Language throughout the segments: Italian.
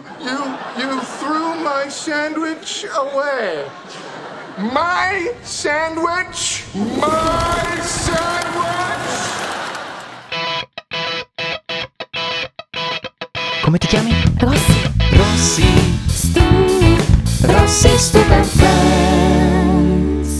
You threw my sandwich away. My sandwich? My sandwich? Come ti chiami? Rossi. Rossi Stupid Friends.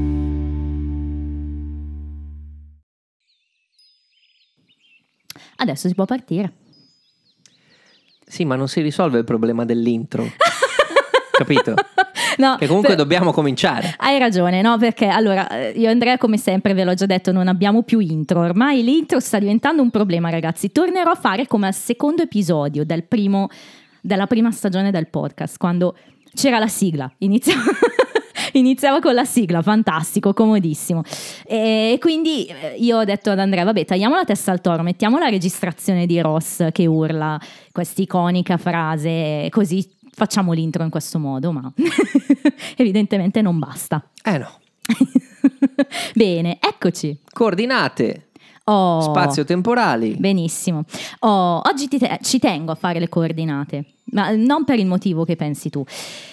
Adesso si può partire. Sì, ma non si risolve il problema dell'intro. Capito? No, che comunque dobbiamo cominciare. Hai ragione, no? Perché allora io e Andrea, come sempre, ve l'ho già detto, non abbiamo più intro. Ormai l'intro sta diventando un problema, ragazzi. Tornerò a fare come al secondo episodio della prima stagione del podcast, quando c'era la sigla. Iniziava con la sigla, fantastico, comodissimo. E quindi io ho detto ad Andrea, vabbè, tagliamo la testa al toro, mettiamo la registrazione di Ross che urla questa iconica frase, così facciamo l'intro in questo modo, ma evidentemente non basta. No. Bene, eccoci. Coordinate. Spazio-temporali. Benissimo. Oggi ci tengo a fare le coordinate, ma non per il motivo che pensi tu.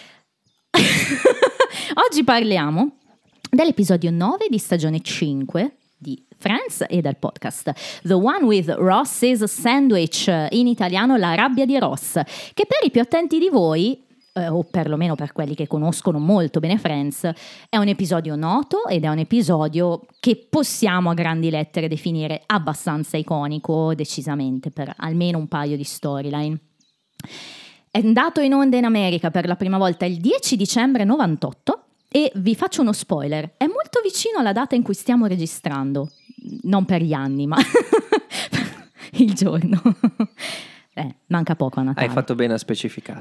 Oggi parliamo dell'episodio 9 di stagione 5 di Friends e del podcast The One with Ross's Sandwich, in italiano La rabbia di Ross, che per i più attenti di voi, o perlomeno per quelli che conoscono molto bene Friends, è un episodio noto ed è un episodio che possiamo a grandi lettere definire abbastanza iconico, decisamente, per almeno un paio di storyline. È andato in onda in America per la prima volta il 10 dicembre 98 e vi faccio uno spoiler, è molto vicino alla data in cui stiamo registrando, non per gli anni, ma il giorno. Manca poco a Natale. Hai fatto bene a specificare.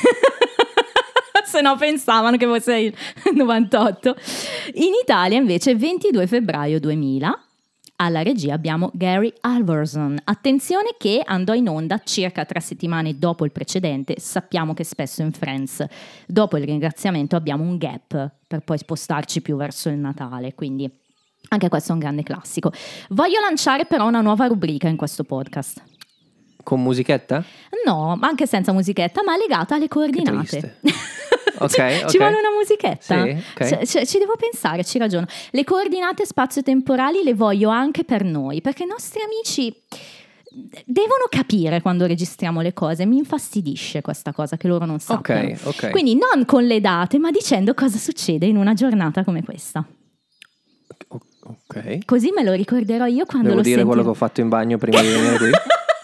Se no pensavano che fosse il 98. In Italia invece 22 febbraio 2000. Alla regia abbiamo Gary Alverson. Attenzione che andò in onda circa 3 settimane dopo il precedente. Sappiamo che spesso in Friends, dopo il ringraziamento, abbiamo un gap per poi spostarci più verso il Natale. Quindi anche questo è un grande classico. Voglio lanciare però una nuova rubrica in questo podcast. Con musichetta? No, anche senza musichetta, ma legata alle coordinate. Ci vuole una musichetta? Sì, okay. Ci devo pensare, ci ragiono. Le coordinate spazio-temporali le voglio anche per noi, perché i nostri amici devono capire quando registriamo le cose. Mi infastidisce questa cosa che loro non sappiano. Ok. Quindi non con le date, ma dicendo cosa succede in una giornata come questa. Ok. Così me lo ricorderò io quando Devo lo dire sentirò. quello che ho fatto in bagno prima di venire qui?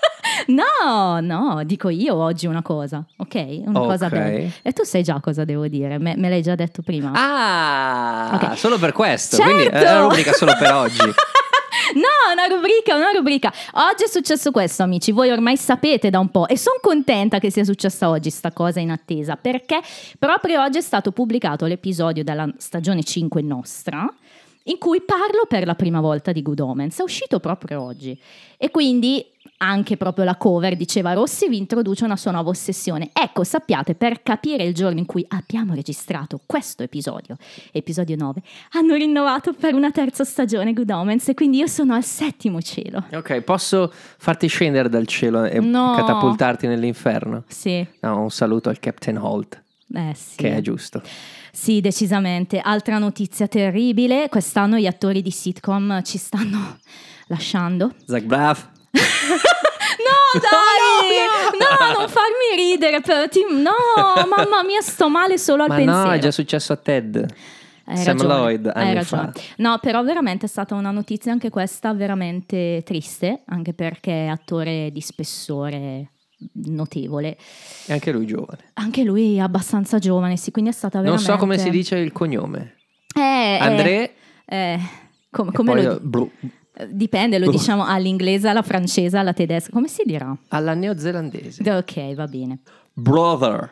No, dico io oggi una cosa, ok? Una cosa bella. E tu sai già cosa devo dire, me l'hai già detto prima. Okay. Solo per questo, certo! Quindi è una rubrica solo per oggi. No, una rubrica. Oggi è successo questo, amici, voi ormai sapete da un po' e sono contenta che sia successa oggi sta cosa in attesa, perché proprio oggi è stato pubblicato l'episodio della stagione 5 nostra, in cui parlo per la prima volta di Good Omens. È uscito proprio oggi e quindi anche proprio la cover diceva Rossi vi introduce una sua nuova ossessione. Ecco, sappiate, per capire il giorno in cui abbiamo registrato questo episodio 9, hanno rinnovato per una terza stagione Good Omens e quindi io sono al 7° cielo. Ok, posso farti scendere dal cielo e catapultarti nell'inferno? Sì. No, un saluto al Captain Holt. Sì. Che è giusto. Sì, decisamente. Altra notizia terribile, quest'anno gli attori di sitcom ci stanno lasciando. Zach Braff. No, dai! No, non farmi ridere. No, mamma mia, sto male solo al pensiero. No, è già successo a Ted. Sam Lloyd anni fa. No, però veramente è stata una notizia anche questa veramente triste, anche perché è attore di spessore notevole. E anche lui giovane. Anche lui abbastanza giovane, sì, quindi è stata veramente... Non so come si dice il cognome. André. Come lo... Dipende, lo diciamo all'inglese, alla francese, alla tedesca. Come si dirà? Alla neozelandese. Ok, va bene. Brother.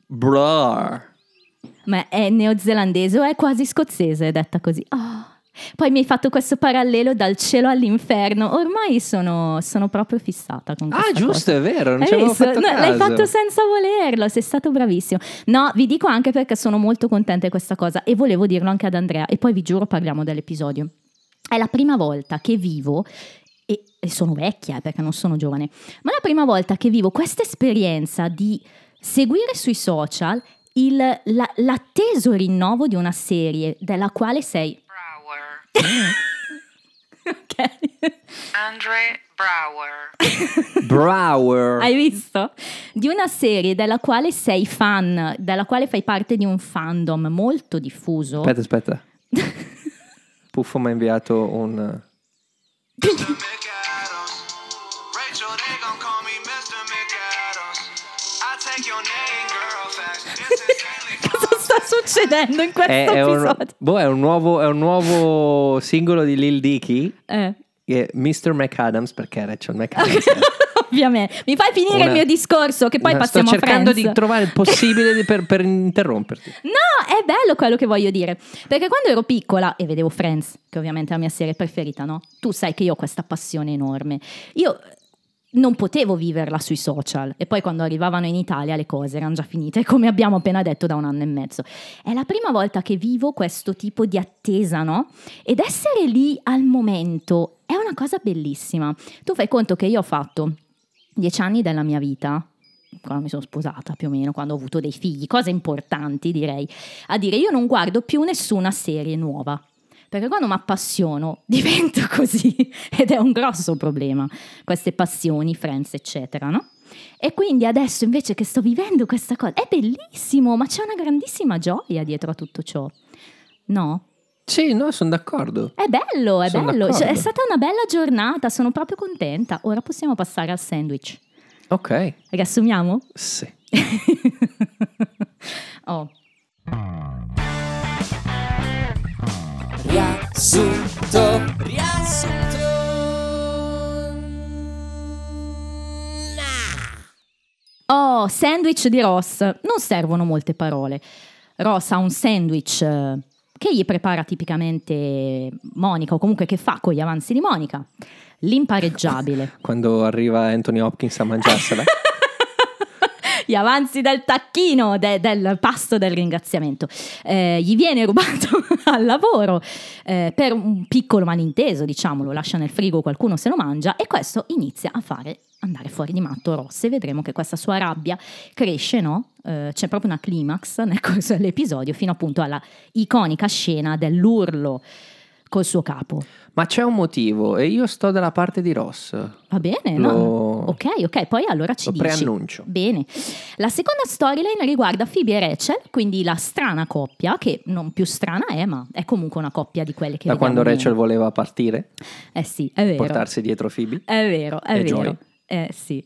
Ma è neozelandese o è quasi scozzese, detta così? Poi mi hai fatto questo parallelo dal cielo all'inferno. Ormai sono proprio fissata con questa giusto, cosa. È vero, non ci avevo fatto caso. L'hai fatto senza volerlo, sei stato bravissimo. No, vi dico anche perché sono molto contenta di questa cosa e volevo dirlo anche ad Andrea e poi vi giuro parliamo dell'episodio. È la prima volta che vivo, e sono vecchia perché non sono giovane, ma è la prima volta che vivo questa esperienza di seguire sui social l'atteso rinnovo di una serie della quale sei... Brower. Ok. Andre Brower. Brower. Hai visto? Di una serie della quale sei fan, della quale fai parte di un fandom molto diffuso. Aspetta. Puffo mi ha inviato un... Rachel, they gon' call me Mr. McAdams. I take your name, girl, fast. Cosa sta succedendo in questo episodio? È un nuovo singolo di Lil Dicky, che è Mr. McAdams, perché Rachel McAdams. Ovviamente. Mi fai finire il mio discorso che poi passiamo a Friends. Sto cercando di trovare il possibile per interromperti. No, è bello quello che voglio dire. Perché quando ero piccola e vedevo Friends, che ovviamente è la mia serie preferita, no? Tu sai che io ho questa passione enorme. Io non potevo viverla sui social e poi quando arrivavano in Italia le cose erano già finite, come abbiamo appena detto, da 1 anno e mezzo. È la prima volta che vivo questo tipo di attesa, no? Ed essere lì al momento è una cosa bellissima. Tu fai conto che io ho fatto 10 anni della mia vita, quando mi sono sposata più o meno, quando ho avuto dei figli, cose importanti direi, a dire io non guardo più nessuna serie nuova. Perché quando mi appassiono divento così ed è un grosso problema, queste passioni, Friends eccetera, no? E quindi adesso invece che sto vivendo questa cosa, è bellissimo, ma c'è una grandissima gioia dietro a tutto ciò, no? Sì, no, sono d'accordo. È bello, è Sono bello, d'accordo. è stata una bella giornata, sono proprio contenta. Ora possiamo passare al sandwich. Ok. Riassumiamo? Sì. Oh. Oh, sandwich di Ross. Non servono molte parole. Ross ha un sandwich che gli prepara tipicamente Monica, o comunque che fa con gli avanzi di Monica. L'impareggiabile. Quando arriva Anthony Hopkins a mangiarsela. Gli avanzi del tacchino, del pasto del ringraziamento. Gli viene rubato al lavoro per un piccolo malinteso, diciamo, lo lascia nel frigo, qualcuno se lo mangia e questo inizia a fare andare fuori di matto Ross e vedremo che questa sua rabbia cresce, no? C'è proprio una climax nel corso dell'episodio fino appunto alla iconica scena dell'urlo col suo capo. Ma c'è un motivo e io sto dalla parte di Ross. Va bene, no? Ok, poi allora ci lo dici. preannuncio. Bene. La seconda storyline riguarda Phoebe e Rachel, quindi la strana coppia, che non più strana è, ma è comunque una coppia di quelle che Da vediamo quando Rachel meno. voleva partire, Eh sì, è vero. portarsi dietro Phoebe. È vero, è E vero. Joy. Sì.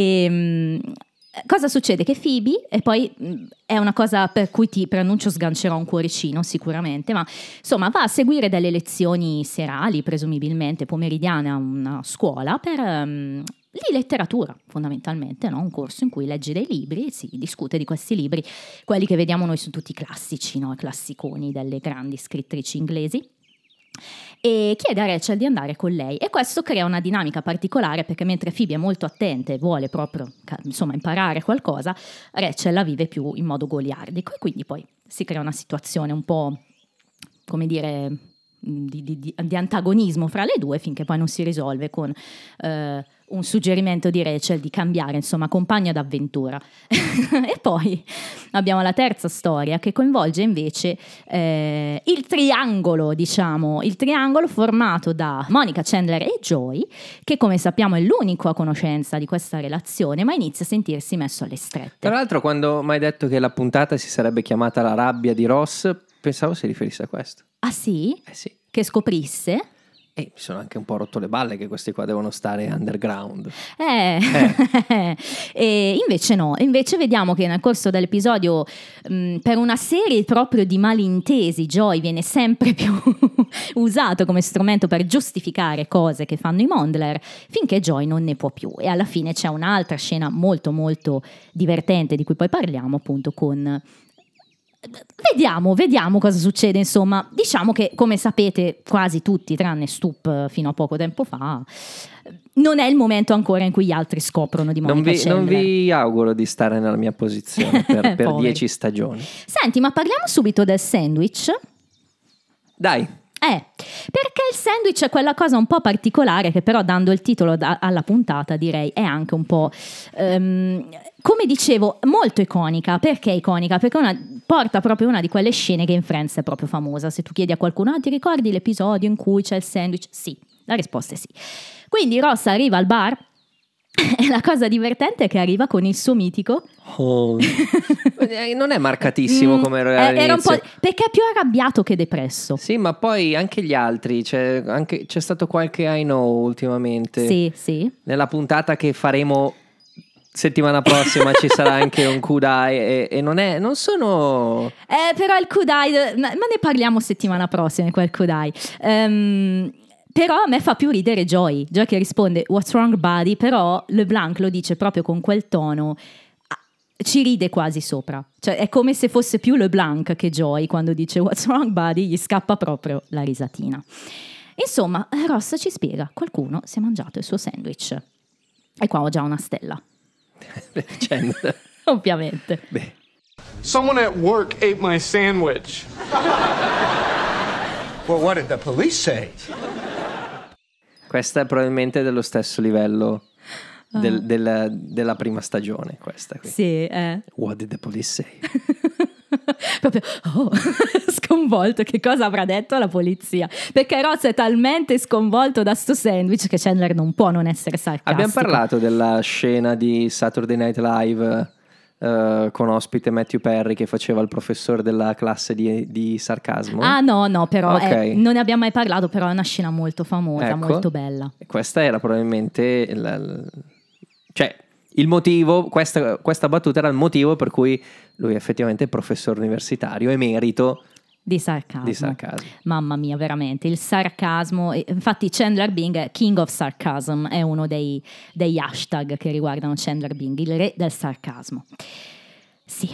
Cosa succede? Che Phoebe, e poi è una cosa per cui ti preannuncio sgancerò un cuoricino sicuramente, ma insomma va a seguire delle lezioni serali, presumibilmente pomeridiane a una scuola di letteratura fondamentalmente, no? Un corso in cui legge dei libri e si discute di questi libri, quelli che vediamo noi sono tutti classici, no? Classiconi delle grandi scrittrici inglesi. E chiede a Rachel di andare con lei e questo crea una dinamica particolare perché mentre Phoebe è molto attenta e vuole proprio imparare qualcosa, Rachel la vive più in modo goliardico e quindi poi si crea una situazione un po' come dire di antagonismo fra le due finché poi non si risolve con un suggerimento di Rachel di cambiare compagna d'avventura. E poi abbiamo la terza storia che coinvolge invece il triangolo formato da Monica, Chandler e Joy, che come sappiamo è l'unico a conoscenza di questa relazione ma inizia a sentirsi messo alle strette. Tra l'altro quando mi hai detto che la puntata si sarebbe chiamata La rabbia di Ross, pensavo si riferisse a questo. Ah sì? Sì. Che scoprisse? E mi sono anche un po' rotto le balle che questi qua devono stare underground. E invece no, invece vediamo che nel corso dell'episodio per una serie proprio di malintesi Joy viene sempre più usato come strumento per giustificare cose che fanno i Mondler finché Joy non ne può più e alla fine c'è un'altra scena molto molto divertente di cui poi parliamo appunto con... Vediamo cosa succede, insomma. Diciamo che, come sapete, quasi tutti, tranne Stoop fino a poco tempo fa, non è il momento ancora in cui gli altri scoprono di Monica Chandler. Non vi auguro di stare nella mia posizione per 10 stagioni. Senti, ma parliamo subito del sandwich? Dai. Perché il sandwich è quella cosa un po' particolare che però, dando il titolo alla puntata, direi è anche un po', come dicevo, molto iconica. Perché iconica? Perché porta proprio una di quelle scene che in Friends è proprio famosa. Se tu chiedi a qualcuno, ti ricordi l'episodio in cui c'è il sandwich? Sì, la risposta è sì. Quindi Ross arriva al bar e la cosa divertente è che arriva con il suo mitico non è marcatissimo come era un po', perché è più arrabbiato che depresso. Sì, ma poi anche gli altri, c'è stato qualche I know ultimamente. Sì. Nella puntata che faremo settimana prossima ci sarà anche un kudai e non sono... Però il kudai, ma ne parliamo settimana prossima di quel kudai. Però a me fa più ridere Joy che risponde "What's wrong buddy?", però LeBlanc lo dice proprio con quel tono, ci ride quasi sopra, cioè è come se fosse più LeBlanc che Joy quando dice "What's wrong buddy?", gli scappa proprio la risatina. Insomma, Ross ci spiega: qualcuno si è mangiato il suo sandwich. E qua ho già una stella. Ovviamente. Beh. Someone at work ate my sandwich. Well, what did the police say? Questa è probabilmente dello stesso livello della prima stagione, questa qui. Sì, What did the police say? Proprio sconvolto, che cosa avrà detto la polizia? Perché Ross è talmente sconvolto da sto sandwich che Chandler non può non essere sarcastico. Abbiamo parlato della scena di Saturday Night Live con ospite Matthew Perry che faceva il professore della classe di sarcasmo. No, però okay. Non ne abbiamo mai parlato, però è una scena molto famosa, ecco, molto bella. Questa era probabilmente cioè il motivo, questa battuta era il motivo per cui lui è effettivamente professore universitario emerito di sarcasmo. Mamma mia, veramente il sarcasmo. Infatti Chandler Bing è King of Sarcasm, è uno degli hashtag che riguardano Chandler Bing, il re del sarcasmo. Sì.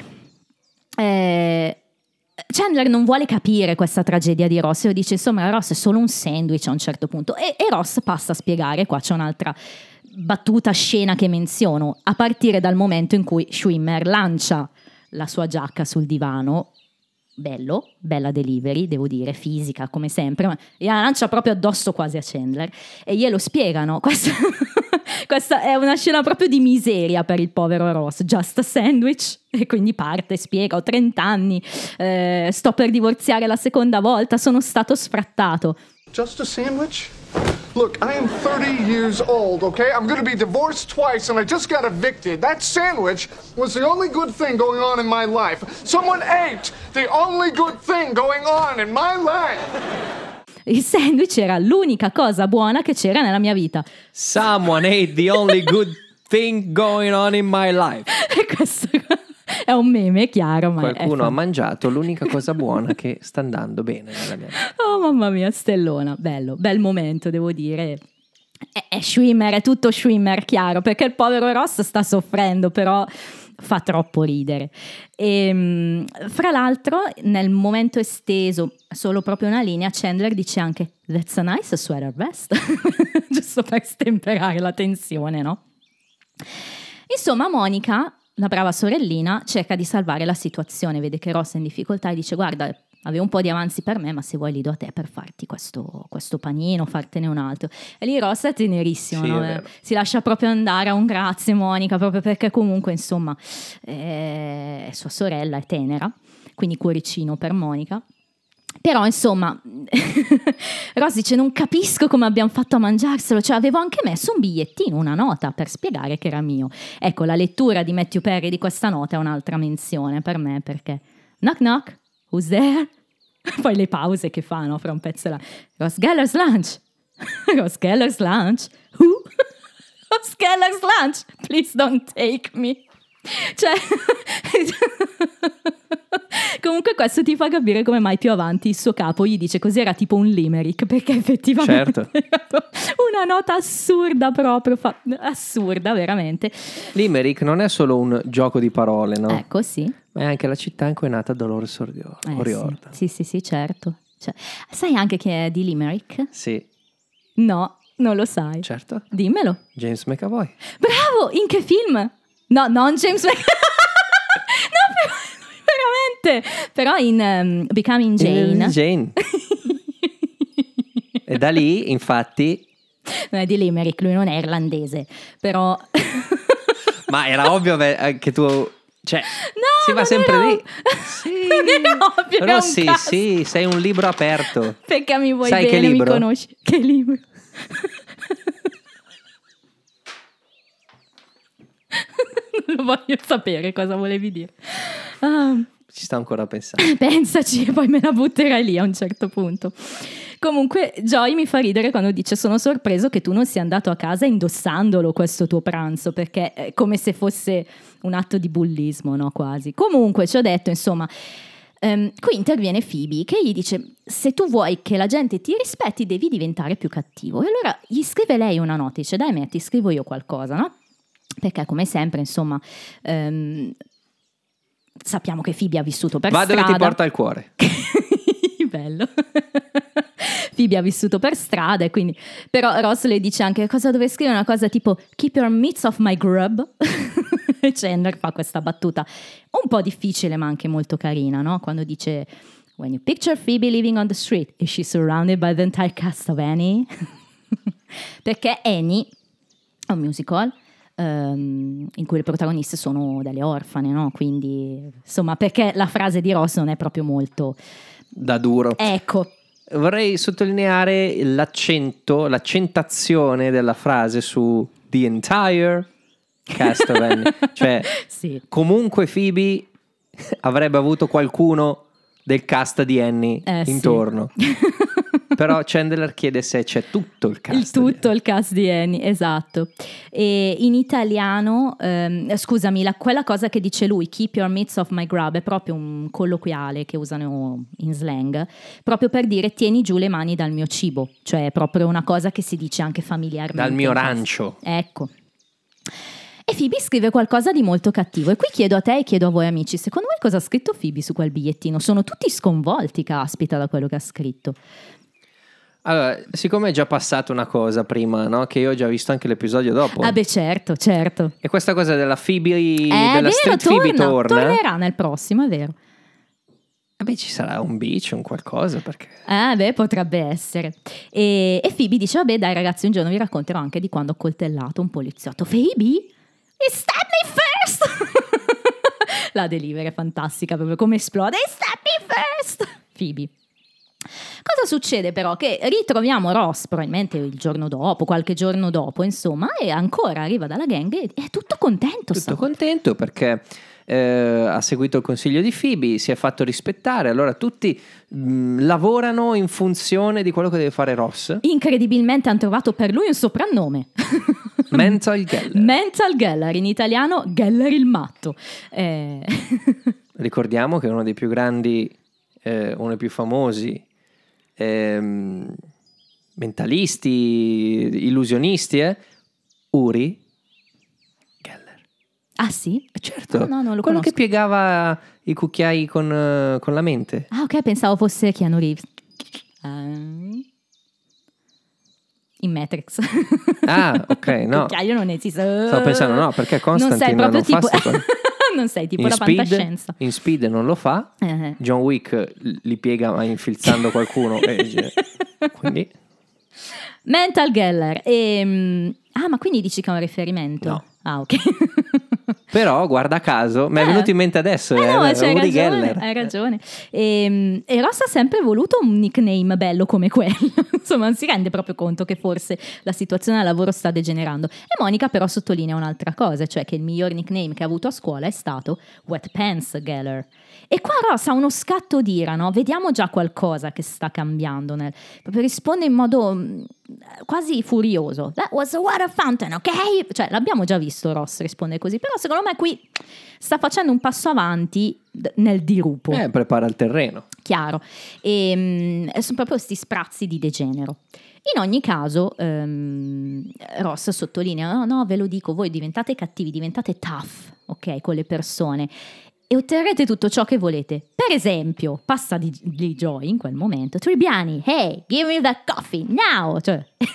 Chandler non vuole capire questa tragedia di Ross e dice insomma Ross è solo un sandwich a un certo punto, e Ross passa a spiegare. Qua c'è un'altra battuta scena che menziono, a partire dal momento in cui Schwimmer lancia la sua giacca sul divano. Bella delivery, devo dire, fisica come sempre, ma la lancia proprio addosso quasi a Chandler e glielo spiegano. Questa è una scena proprio di miseria per il povero Ross. Just a sandwich. E quindi parte e spiega: ho 30 anni, sto per divorziare la seconda volta, sono stato sfrattato. Just a sandwich? Look, I am 30 years old, okay? I'm gonna be divorced twice and I just got evicted. That sandwich was the only good thing going on in my life. Someone ate the only good thing going on in my life. Il sandwich era l'unica cosa buona che c'era nella mia vita. Someone ate the only good thing going on in my life. E questo è un meme, chiaro, ma qualcuno ha mangiato l'unica cosa buona che sta andando bene nella mia vita. Oh mamma mia, stellona, bel momento, devo dire. È Schwimmer, è tutto Schwimmer, chiaro, perché il povero Ross sta soffrendo, però fa troppo ridere. E fra l'altro, nel momento esteso, solo proprio una linea, Chandler dice anche "That's a nice sweater vest", giusto per stemperare la tensione, no? Insomma, Monica, la brava sorellina, cerca di salvare la situazione, vede che Ross è in difficoltà e dice: guarda, avevo un po' di avanzi per me, ma se vuoi li do a te per farti questo panino, fartene un altro. E lì Ross è tenerissimo, sì, no? È si lascia proprio andare a un grazie Monica, proprio perché comunque insomma è sua sorella, è tenera, quindi cuoricino per Monica. Però insomma Ross dice: non capisco come abbiamo fatto a mangiarselo, cioè avevo anche messo un bigliettino, una nota per spiegare che era mio. Ecco, la lettura di Matthew Perry di questa nota è un'altra menzione per me, perché knock knock, who's there? Poi le pause che fanno fra un pezzo là. Ross Geller's lunch. Ross Geller's lunch. Who? Ross Geller's lunch. Please don't take me. Cioè comunque questo ti fa capire come mai più avanti il suo capo gli dice così, era tipo un limerick, perché effettivamente certo. Una nota assurda, proprio assurda veramente. Limerick non è solo un gioco di parole, no? Ecco, sì, ma è anche la città in cui è nata Dolores O'Riordan. sì, certo. Cioè, sai anche che è di Limerick? Sì. No, non lo sai. Certo. Dimmelo. James McAvoy. Bravo, in che film? No, non James McAvoy. No, veramente. Però in Becoming Jane. Jane. E da lì, infatti, Non è di Limerick, lui non è irlandese, però... ma era ovvio che tu, cioè, No, si va non sempre era- lì. Sì. Non era ovvio, Però era un sì, caso. sì, sei un libro aperto. Perché mi vuoi Sai che bene, mi libro? conosci. Che libro? Non lo voglio sapere cosa volevi dire. Ah, Ci sto ancora pensando. pensaci e poi me la butterai lì a un certo punto. Comunque Joy mi fa ridere quando dice sono sorpreso che tu non sia andato a casa indossandolo questo tuo pranzo, perché è come se fosse un atto di bullismo, no? Quasi. Comunque ci ho detto, insomma, qui interviene Phoebe che gli dice se tu vuoi che la gente ti rispetti devi diventare più cattivo. E allora gli scrive lei una nota, dice dai me ti scrivo io qualcosa, no? Perché come sempre, insomma, sappiamo che Phoebe ha vissuto per Va strada. dove ti porta il cuore. Bello. Phoebe ha vissuto per strada e quindi però Ross le dice anche cosa dove scrive una cosa tipo keep your mitts off my grub e Chandler fa questa battuta un po' difficile ma anche molto carina, no? Quando dice when you picture Phoebe living on the street is she surrounded by the entire cast of Annie? Perché Annie è un musical in cui le protagoniste sono delle orfane, no? Quindi insomma perché la frase di Ross non è proprio molto Da duro. ecco. Vorrei sottolineare l'accentazione della frase su the entire cast of Annie. Cioè, Sì. comunque Phoebe avrebbe avuto qualcuno del cast di Annie Sì. intorno. Però Chandler chiede se c'è tutto il cast. Il cast di Annie, esatto. E in italiano, scusami, quella cosa che dice lui, keep your mitts off my grub, è proprio un colloquiale che usano in slang, proprio per dire tieni giù le mani dal mio cibo, cioè è proprio una cosa che si dice anche familiarmente. Dal mio in casa. rancio. Ecco. E Phoebe scrive qualcosa di molto cattivo. E qui chiedo a te e chiedo a voi amici, secondo voi cosa ha scritto Phoebe su quel bigliettino? Sono tutti sconvolti, caspita, da quello che ha scritto. Allora, siccome è già passata una cosa prima, no? Che io ho già visto anche l'episodio dopo. Ah beh, certo. E questa cosa della Phoebe, È della vero, street Phoebe torna. tornerà nel prossimo, è vero. Beh, ci sarà un beach, un qualcosa, perché... Beh, potrebbe essere. E Phoebe dice, vabbè dai ragazzi, un giorno vi racconterò anche di quando ho coltellato un poliziotto. Phoebe? He stabbed me first! La delivery è fantastica, proprio come esplode. He stabbed me first! Phoebe. Cosa succede però? Che ritroviamo Ross probabilmente il giorno dopo, qualche giorno dopo, insomma, e ancora arriva dalla gang e è tutto contento. Tutto contento perché ha seguito il consiglio di Phoebe, si è fatto rispettare, allora tutti lavorano in funzione di quello che deve fare Ross. Incredibilmente hanno trovato per lui un soprannome. Mental Geller. Mental Geller, in italiano Geller il matto. Ricordiamo che è uno dei più grandi, uno dei più famosi mentalisti, illusionisti, Uri Geller. Ah sì? Certo, No, non lo quello conosco. che piegava i cucchiai con la mente. Ah ok, pensavo fosse Keanu Reeves. In Matrix. Ah, ok, no. Il cucchiaio non esiste. Stavo pensando, no, perché Non Constantine sei proprio non fa tipo... sta cosa. Non sei tipo In la Speed, fantascienza. in Speed non lo fa. John Wick li piega infilzando qualcuno. Quindi... Mental Geller. Ma quindi dici che è un riferimento? No. Ah, ok. Però, guarda caso, mi è venuto in mente adesso. No, c'hai Uri ragione, Geller. hai ragione. E Ross ha sempre voluto un nickname bello come quello. Insomma, non si rende proprio conto che forse la situazione al lavoro sta degenerando. E Monica però sottolinea un'altra cosa, cioè che il miglior nickname che ha avuto a scuola è stato Wet Pants Geller. E qua Ross ha uno scatto d'ira, no? Vediamo già qualcosa che sta cambiando. Proprio risponde in modo quasi furioso. That was a water fountain, ok? Cioè, l'abbiamo già visto Ross rispondere così, però secondo me qui sta facendo un passo avanti nel dirupo. Prepara il terreno. Chiaro. E sono proprio questi sprazzi di degenero. In ogni caso, Ross sottolinea, no, ve lo dico, voi diventate cattivi, diventate tough, ok, con le persone. E otterrete tutto ciò che volete. Per esempio, passa di Joy in quel momento. Tribbiani, hey, give me that coffee, now! Cioè,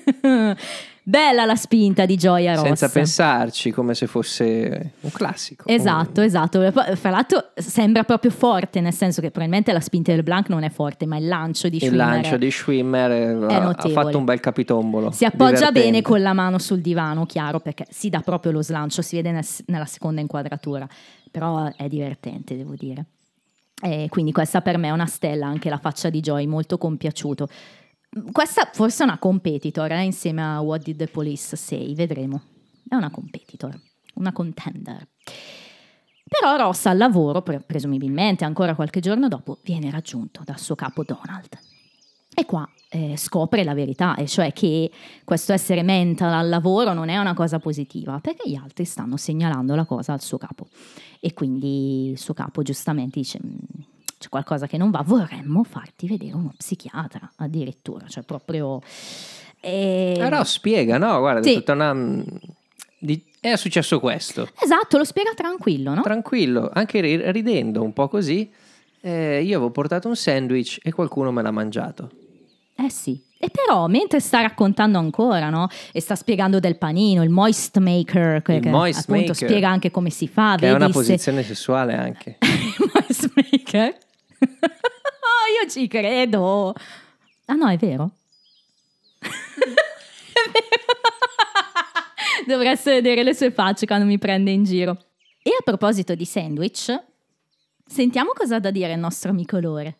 Bella la spinta di Gioia Ross. Senza pensarci, come se fosse un classico. Esatto. Fra l'altro sembra proprio forte, nel senso che probabilmente la spinta del Blanc non è forte, ma il lancio di Schwimmer. Il lancio di Schwimmer è ha notevole. fatto un bel capitombolo. Si appoggia divertente. bene con la mano sul divano, chiaro, perché si dà proprio lo slancio, si vede nella seconda inquadratura, però è divertente, devo dire. E quindi questa per me è una stella, anche la faccia di Joy, molto compiaciuto. Questa forse è una competitor, insieme a What Did the Police Say, vedremo. È una competitor, una contender. Però Ross al lavoro, presumibilmente ancora qualche giorno dopo, viene raggiunto dal suo capo Donald. E qua scopre la verità, e cioè che questo essere mental al lavoro non è una cosa positiva, perché gli altri stanno segnalando la cosa al suo capo. E quindi il suo capo giustamente dice: c'è qualcosa che non va, vorremmo farti vedere uno psichiatra, addirittura, cioè proprio... Però spiega, no? Guarda, Sì. tutta una... è successo questo. Esatto, lo spiega tranquillo, no? Tranquillo, anche ridendo un po' così. Io avevo portato un sandwich e qualcuno me l'ha mangiato. Sì. E però mentre sta raccontando ancora, no? E sta spiegando del panino, il moist maker, che moist appunto maker, spiega anche come si fa. Che è vedi una posizione sessuale anche. Il moist maker? Oh, io ci credo. Ah no, è vero? È vero. Dovreste vedere le sue facce quando mi prende in giro. E a proposito di sandwich, sentiamo cosa ha da dire il nostro amico Lore.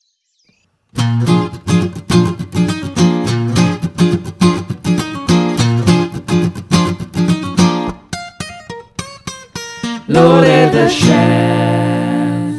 Lore the Chef.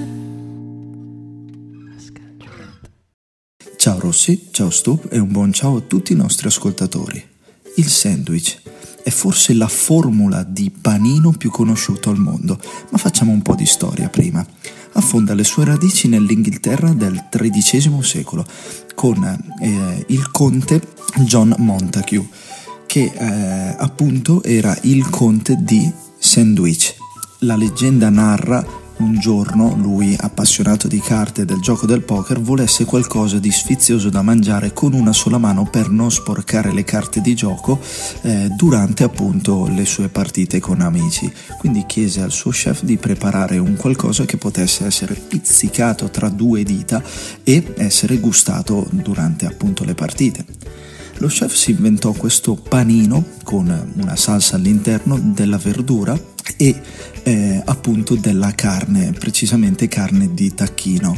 Ciao Rossi, ciao Stup e un buon ciao a tutti i nostri ascoltatori. Il sandwich è forse la formula di panino più conosciuta al mondo, ma facciamo un po' di storia prima. Affonda le sue radici nell'Inghilterra del XIII secolo con il conte John Montague, che appunto era il conte di Sandwich. La leggenda narra un giorno lui, appassionato di carte e del gioco del poker, volesse qualcosa di sfizioso da mangiare con una sola mano per non sporcare le carte di gioco durante appunto le sue partite con amici. Quindi chiese al suo chef di preparare un qualcosa che potesse essere pizzicato tra due dita e essere gustato durante appunto le partite. Lo chef si inventò questo panino con una salsa all'interno, della verdura e appunto della carne, precisamente carne di tacchino.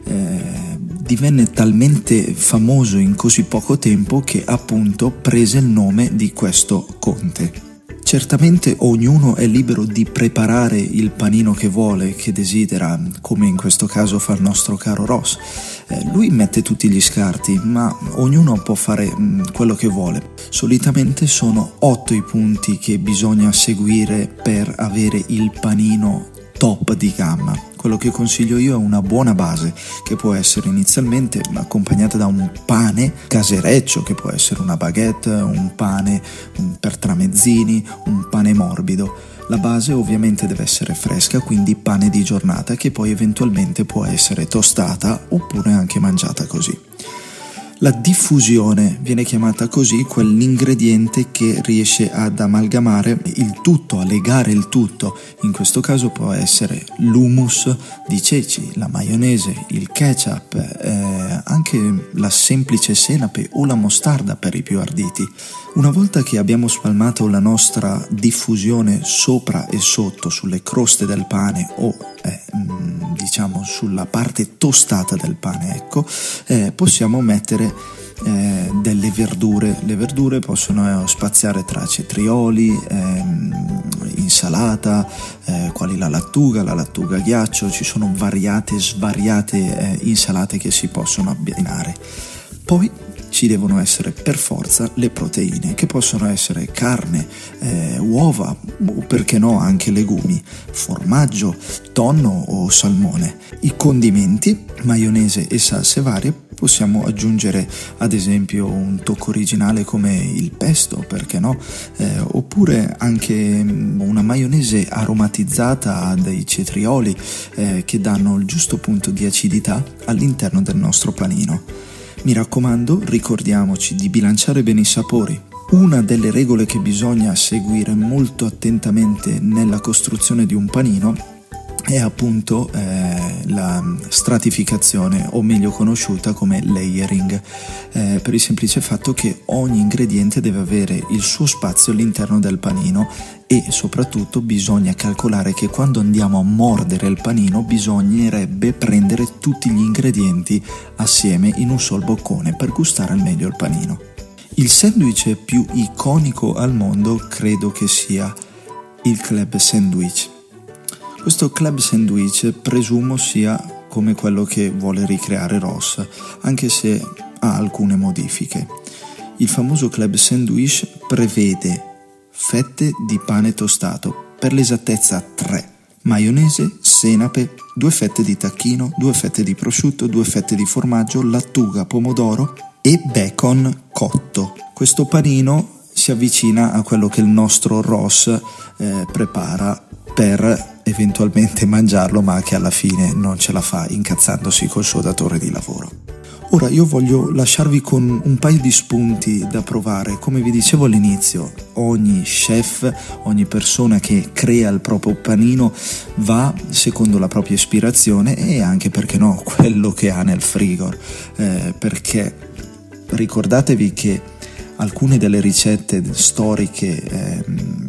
Divenne talmente famoso in così poco tempo che appunto prese il nome di questo conte. Certamente ognuno è libero di preparare il panino che vuole, che desidera, come in questo caso fa il nostro caro Ross. Lui mette tutti gli scarti, ma ognuno può fare quello che vuole. Solitamente sono 8 i punti che bisogna seguire per avere il panino top di gamma. Quello che consiglio io è una buona base, che può essere inizialmente accompagnata da un pane casereccio, che può essere una baguette, un pane per tramezzini, un pane morbido. La base ovviamente deve essere fresca, quindi pane di giornata, che poi eventualmente può essere tostata oppure anche mangiata così. La diffusione viene chiamata così quell'ingrediente che riesce ad amalgamare il tutto, a legare il tutto. In questo caso può essere l'hummus di ceci, la maionese, il ketchup, anche la semplice senape o la mostarda per i più arditi. Una volta che abbiamo spalmato la nostra diffusione sopra e sotto sulle croste del pane o diciamo sulla parte tostata del pane, ecco, possiamo mettere delle verdure. Le verdure possono spaziare tra cetrioli, insalata, quali la lattuga ghiaccio. Ci sono svariate insalate che si possono abbinare. Poi ci devono essere per forza le proteine, che possono essere carne, uova o perché no anche legumi, formaggio, tonno o salmone. I condimenti, maionese e salse varie, possiamo aggiungere ad esempio un tocco originale come il pesto, perché no, oppure anche una maionese aromatizzata a dei cetrioli che danno il giusto punto di acidità all'interno del nostro panino. Mi raccomando, ricordiamoci di bilanciare bene i sapori. Una delle regole che bisogna seguire molto attentamente nella costruzione di un panino è appunto la stratificazione, o meglio conosciuta come layering, per il semplice fatto che ogni ingrediente deve avere il suo spazio all'interno del panino, e soprattutto bisogna calcolare che quando andiamo a mordere il panino bisognerebbe prendere tutti gli ingredienti assieme in un sol boccone per gustare al meglio il panino. Il sandwich più iconico al mondo credo che sia il club sandwich. Questo club sandwich presumo sia come quello che vuole ricreare Ross, anche se ha alcune modifiche. Il famoso club sandwich prevede fette di pane tostato, per l'esattezza 3, maionese, senape, 2 fette di tacchino, 2 fette di prosciutto, 2 fette di formaggio, lattuga, pomodoro e bacon cotto. Questo panino si avvicina a quello che il nostro Ross prepara per eventualmente mangiarlo, ma che alla fine non ce la fa incazzandosi col suo datore di lavoro. Ora io voglio lasciarvi con un paio di spunti da provare. Come vi dicevo all'inizio, ogni chef, ogni persona che crea il proprio panino va secondo la propria ispirazione e anche, perché no, quello che ha nel frigo, perché ricordatevi che alcune delle ricette storiche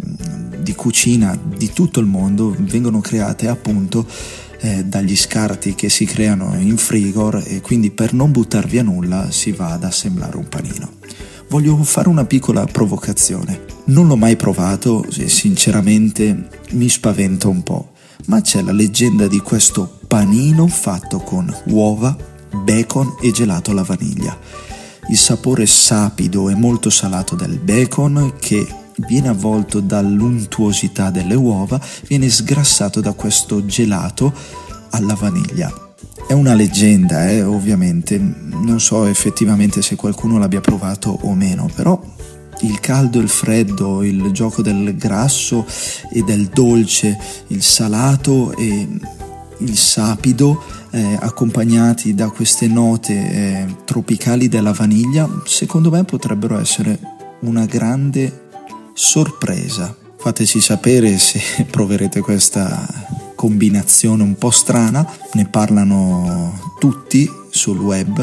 di cucina di tutto il mondo vengono create appunto dagli scarti che si creano in frigor, e quindi per non buttar via nulla si va ad assemblare un panino. Voglio fare una piccola provocazione. Non l'ho mai provato e sinceramente mi spaventa un po', ma c'è la leggenda di questo panino fatto con uova, bacon e gelato alla vaniglia. Il sapore sapido e molto salato del bacon, che viene avvolto dall'untuosità delle uova, viene sgrassato da questo gelato alla vaniglia. È una leggenda, ovviamente, non so effettivamente se qualcuno l'abbia provato o meno, però il caldo e il freddo, il gioco del grasso e del dolce, il salato e il sapido, accompagnati da queste note tropicali della vaniglia, secondo me potrebbero essere una grande sorpresa. Fateci sapere se proverete questa combinazione un po' strana. Ne parlano tutti sul web,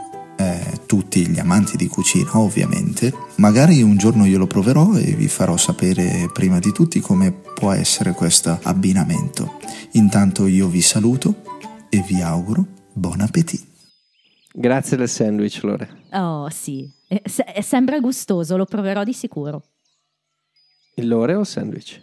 tutti gli amanti di cucina ovviamente. Magari un giorno io lo proverò e vi farò sapere prima di tutti come può essere questo abbinamento. Intanto io vi saluto e vi auguro buon appetito. Grazie del sandwich, Lore. Oh sì, sembra gustoso, lo proverò di sicuro. Il Lore o il sandwich?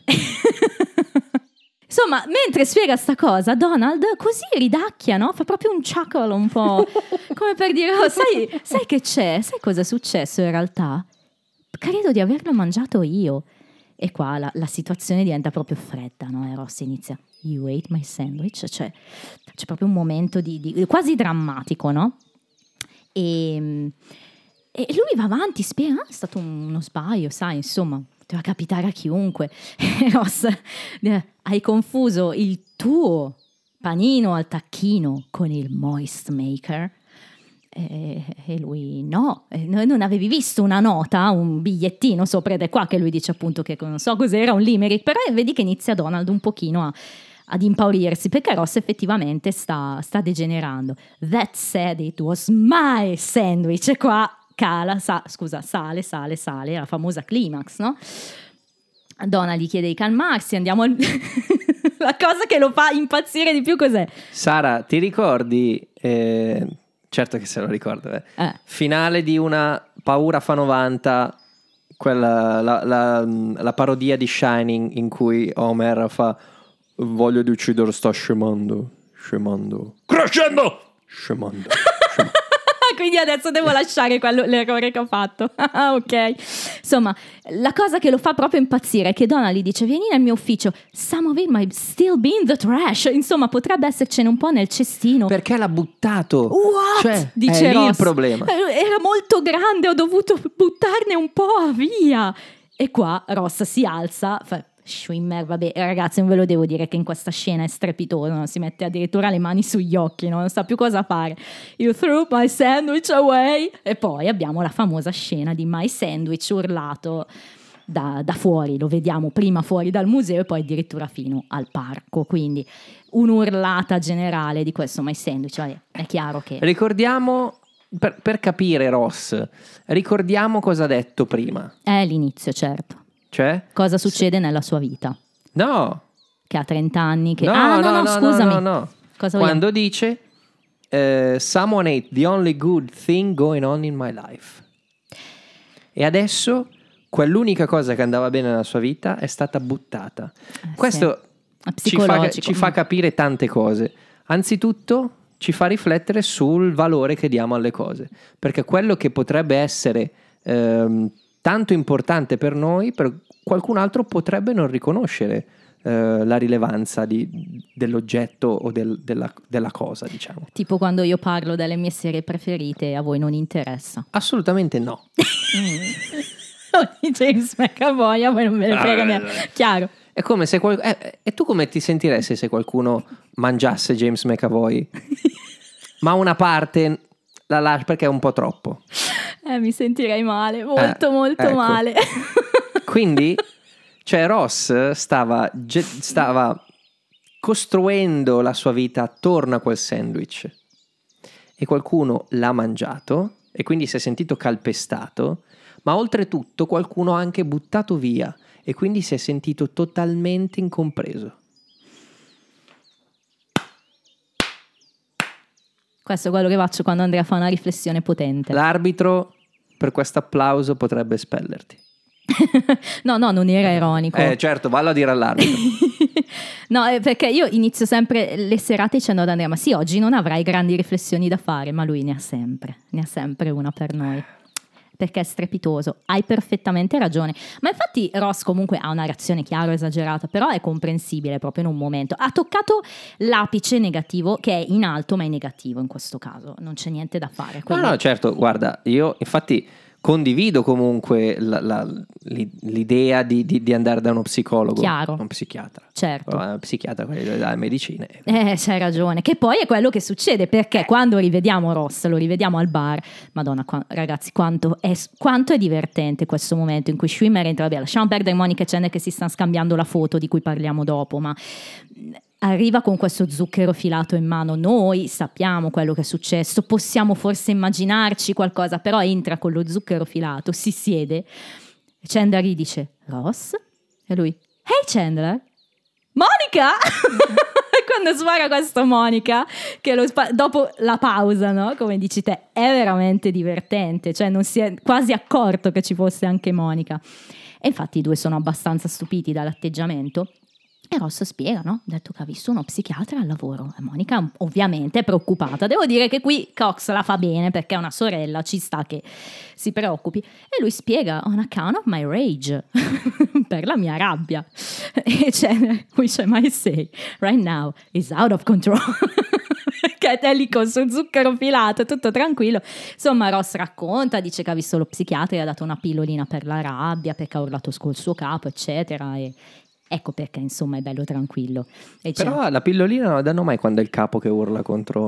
Insomma, mentre spiega sta cosa, Donald così ridacchia, no? Fa proprio un chuckle un po', come per dire, oh, sai che c'è? Sai cosa è successo in realtà? Credo di averlo mangiato io. E qua la situazione diventa proprio fredda, no? E Ross inizia, you ate my sandwich? Cioè, c'è proprio un momento di quasi drammatico, no? E lui va avanti, spiega, è stato uno sbaglio, sai, insomma, poteva capitare a chiunque. Ross, hai confuso il tuo panino al tacchino con il moist maker? E lui no, non avevi visto una nota, un bigliettino sopra, ed è qua che lui dice appunto che non so cos'era, un limerick, però vedi che inizia Donald un pochino ad impaurirsi, perché Ross effettivamente sta degenerando. That said, it was my sandwich. E qua sale, la famosa climax, no? Donald gli chiede di calmarsi, andiamo la cosa che lo fa impazzire di più cos'è? Sara, ti ricordi, certo che se lo ricordo, finale di Una paura fa 90, quella, la parodia di Shining in cui Homer fa voglia di uccidere, sta scemando, crescendo, scemando. Quindi adesso devo lasciare l'errore che ho fatto. Ok. Insomma, la cosa che lo fa proprio impazzire è che Donald gli dice vieni nel mio ufficio, some of it might still be in the trash. Insomma, potrebbe essercene un po' nel cestino. Perché l'ha buttato? What? Cioè, dice è Ross. lì il problema. Era molto grande, ho dovuto buttarne un po' via. E qua Ross si alza, Schwimmer, vabbè, ragazzi, non ve lo devo dire che in questa scena è strepitoso, no? Si mette addirittura le mani sugli occhi, no? Non sa più cosa fare. You threw my sandwich away. E poi abbiamo la famosa scena di my sandwich urlato da fuori, lo vediamo prima fuori dal museo e poi addirittura fino al parco, quindi un'urlata generale di questo my sandwich. Vabbè, è chiaro che... Ricordiamo, per capire Ross, ricordiamo cosa ha detto prima. L'inizio, certo. Cioè? Cosa succede nella sua vita? No. Che ha 30 anni, che... No, scusami. no. Cosa Quando dice someone ate the only good thing going on in my life. E adesso quell'unica cosa che andava bene nella sua vita è stata buttata. Questo ci fa capire tante cose. Anzitutto ci fa riflettere sul valore che diamo alle cose, perché quello che potrebbe essere tanto importante per noi, per qualcun altro potrebbe non riconoscere la rilevanza dell'oggetto o della cosa, diciamo. Tipo quando io parlo delle mie serie preferite e a voi non interessa. Assolutamente no. Di James McAvoy a voi non me ne frega neanche. Chiaro. È come se e tu come ti sentiresti se qualcuno mangiasse James McAvoy? Ma una parte la lascia perché è un po' troppo. Mi sentirei male, molto ecco. male. Quindi, cioè, Ross stava costruendo la sua vita attorno a quel sandwich e qualcuno l'ha mangiato e quindi si è sentito calpestato, ma oltretutto qualcuno ha anche buttato via e quindi si è sentito totalmente incompreso. Questo è quello che faccio quando Andrea fa una riflessione potente. L'arbitro per questo applauso potrebbe espellerti. No, non era ironico. Certo, vallo a dire all'arbitro. No, perché io inizio sempre le serate dicendo ad Andrea: ma sì, oggi non avrai grandi riflessioni da fare, ma lui ne ha sempre una per noi. Perché è strepitoso, hai perfettamente ragione. Ma infatti Ross comunque ha una reazione chiara, esagerata, però è comprensibile proprio in un momento. Ha toccato l'apice negativo, che è in alto ma è negativo in questo caso, non c'è niente da fare. No, certo, guarda, io infatti condivido comunque l'idea di andare da uno psicologo. Chiaro. Un psichiatra. Certo. Un psichiatra, quello delle medicine. C'hai ragione, che poi è quello che succede, perché quando rivediamo Ross, lo rivediamo al bar, madonna, ragazzi, quanto è divertente questo momento in cui Schwimmer entra, vabbè, lasciamo perdere Monica e Chandler che si stanno scambiando la foto di cui parliamo dopo, ma arriva con questo zucchero filato in mano. Noi sappiamo quello che è successo, possiamo forse immaginarci qualcosa, però entra con lo zucchero filato, si siede, Chandler gli dice: Ross? E lui: hey Chandler, Monica! E quando spara questo Monica, che dopo la pausa, no? Come dici te, è veramente divertente, cioè non si è quasi accorto che ci fosse anche Monica. E infatti i due sono abbastanza stupiti dall'atteggiamento. E Ross spiega, no? Ha detto che ha visto uno psichiatra al lavoro. E Monica ovviamente è preoccupata. Devo dire che qui Cox la fa bene, perché è una sorella, ci sta che si preoccupi. E lui spiega: on account of my rage, per la mia rabbia. E c'è, which I might say, right now is out of control. Che è lì con suo zucchero filato, tutto tranquillo. Insomma, Ross racconta, dice che ha visto lo psichiatra e ha dato una pillolina per la rabbia, perché ha urlato col suo capo, eccetera. E ecco perché, insomma, è bello tranquillo. Però la pillolina non la danno mai quando è il capo che urla contro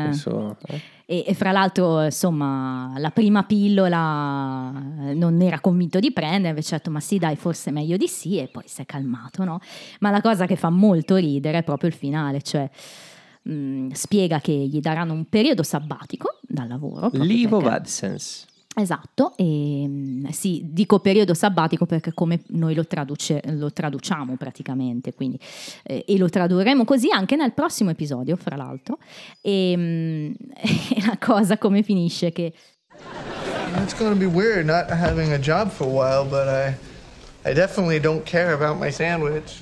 E fra l'altro, insomma, la prima pillola non era convinto di prendere, invece ha detto: ma sì, dai, forse è meglio di sì, e poi si è calmato, no? Ma la cosa che fa molto ridere è proprio il finale, cioè spiega che gli daranno un periodo sabbatico dal lavoro. Leave of absence. Esatto, e sì, dico periodo sabbatico perché come noi lo traduciamo praticamente, quindi e lo tradurremo così anche nel prossimo episodio, fra l'altro. E la cosa come finisce che It's gonna be weird not having a job for a while, but I definitely don't care about my sandwich.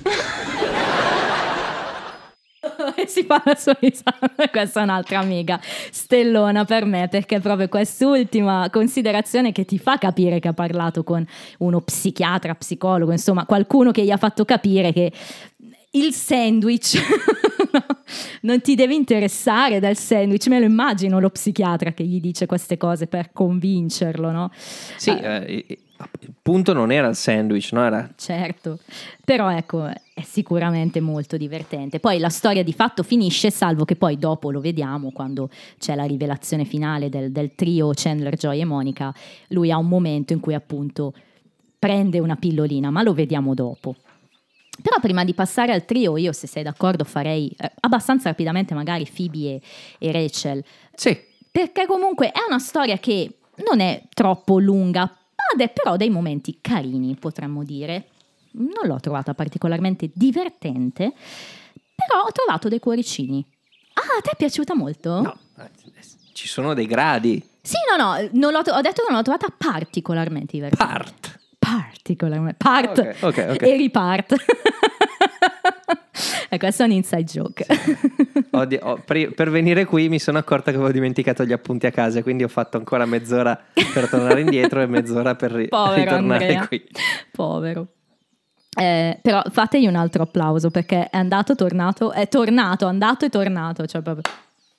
si fa la sua risata. Questa è un'altra mega stellona per me, perché proprio quest'ultima considerazione che ti fa capire che ha parlato con uno psichiatra, psicologo, insomma qualcuno che gli ha fatto capire che il sandwich non ti devi interessare del sandwich. Me lo immagino lo psichiatra che gli dice queste cose per convincerlo, no? Sì, il punto non era il sandwich, no? Era... Certo, però ecco, è sicuramente molto divertente. Poi la storia di fatto finisce, salvo che poi dopo lo vediamo quando c'è la rivelazione finale del trio Chandler, Joy e Monica. Lui ha un momento in cui appunto prende una pillolina, ma lo vediamo dopo. Però prima di passare al trio, io, se sei d'accordo, farei abbastanza rapidamente magari Phoebe e Rachel. Sì. Perché comunque è una storia che non è troppo lunga, ma ha però dei momenti carini, potremmo dire. Non l'ho trovata particolarmente divertente, però ho trovato dei cuoricini. Ah, a te è piaciuta molto? No, ci sono dei gradi. Sì, no, ho detto che non l'ho trovata particolarmente divertente. Particolarmente. Ok. E ripart. Questo è un inside joke. Per venire qui mi sono accorta che avevo dimenticato gli appunti a casa, quindi ho fatto ancora mezz'ora per tornare indietro e mezz'ora per ritornare Andrea. qui. Povero. Però fategli un altro applauso, perché è andato, tornato, è andato e tornato. Cioè proprio...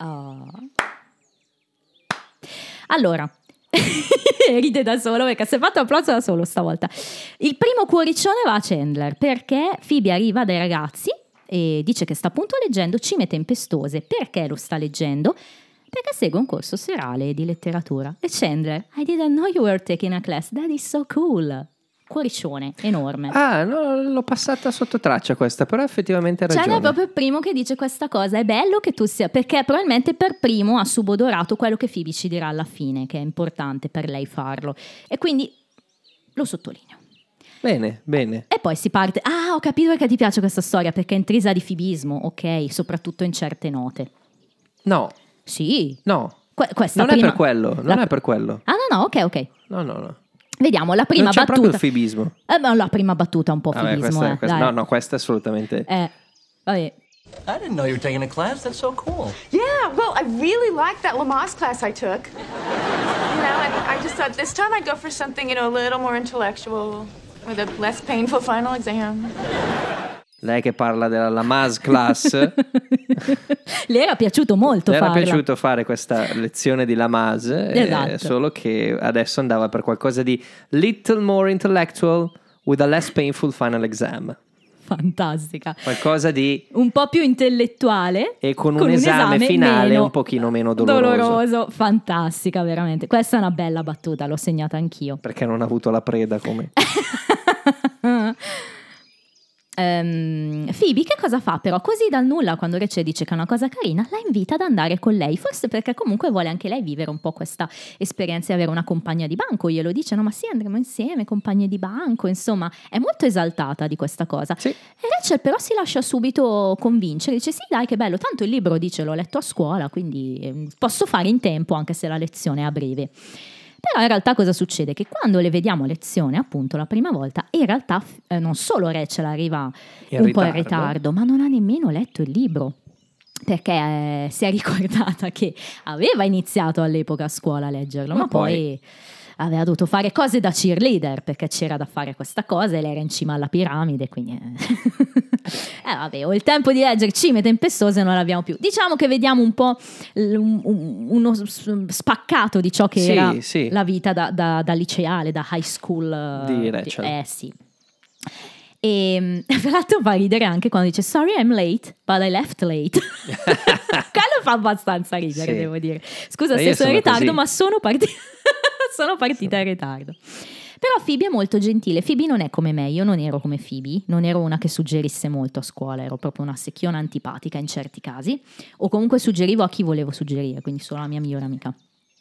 Allora, ride da solo perché si è fatto applauso da solo stavolta. Il primo cuoricione va a Chandler perché Phoebe arriva dai ragazzi e dice che sta appunto leggendo Cime tempestose. Perché lo sta leggendo? Perché segue un corso serale di letteratura. E Chandler: I didn't know you were taking a class, that is so cool. Cuoricione enorme. Ah, no, l'ho passata sotto traccia questa, però effettivamente hai ragione. Chandler è proprio il primo che dice questa cosa. È bello che tu sia, perché probabilmente per primo ha subodorato quello che Phoebe ci dirà alla fine, che è importante per lei farlo, e quindi lo sottolineo. Bene. E poi si parte. Ah, ho capito perché ti piace questa storia, perché è intrisa di fibismo, ok, soprattutto in certe note. No. Sì. No. Questa non prima... è per quello, non è per quello. Ah, no, ok. No. Vediamo la prima non c'è battuta. proprio il fibismo. Ma la prima battuta è un po' fibismo. Questa, no, questa è assolutamente. Vabbè. I didn't know you were taking a class. That's so cool. Yeah, well, I really liked that Lamaze class I took. You know, and I just thought this time I'd go for something, a little more intellectual, with a less painful final exam. Lei che parla della Lamaze class. Le era piaciuto molto farla. Le era farla. piaciuto fare questa lezione di Lamaze, esatto. Solo che adesso andava per qualcosa di little more intellectual with a less painful final exam. Fantastica. Qualcosa di un po' più intellettuale e con un esame finale meno un pochino meno doloroso. Fantastica, veramente. Questa è una bella battuta, l'ho segnata anch'io. Perché non ha avuto la preda come... Phoebe che cosa fa però? Così dal nulla, quando Rachel dice che è una cosa carina, la invita ad andare con lei, forse perché comunque vuole anche lei vivere un po' questa esperienza di avere una compagna di banco. Glielo dice: no, ma sì, andremo insieme, compagne di banco. Insomma, è molto esaltata di questa cosa. Sì. E Rachel però si lascia subito convincere, dice: sì, dai, che bello, tanto il libro, dice, l'ho letto a scuola, quindi posso fare in tempo anche se la lezione è a breve. Però in realtà cosa succede? Che quando le vediamo a lezione, appunto la prima volta, in realtà non solo Rachel arriva po' in ritardo, ma non ha nemmeno letto il libro, perché si è ricordata che aveva iniziato all'epoca a scuola a leggerlo, ma poi aveva dovuto fare cose da cheerleader, perché c'era da fare questa cosa e lei era in cima alla piramide, quindi vabbè, ho il tempo di leggere Cime tempestose, non l'abbiamo più. Diciamo che vediamo un po' uno spaccato di ciò che era la vita da liceale, da high school di Rachel. Sì. E tra l'altro fa ridere anche quando dice sorry I'm late but I left late. Quello fa abbastanza ridere, devo dire. Scusa se sono in ritardo, così. Ma sono partita in ritardo. Però Phoebe è molto gentile. Phoebe non è come me, io non ero come Phoebe, non ero una che suggerisse molto a scuola, ero proprio una secchiona antipatica in certi casi, o comunque suggerivo a chi volevo suggerire, quindi solo la mia migliore amica.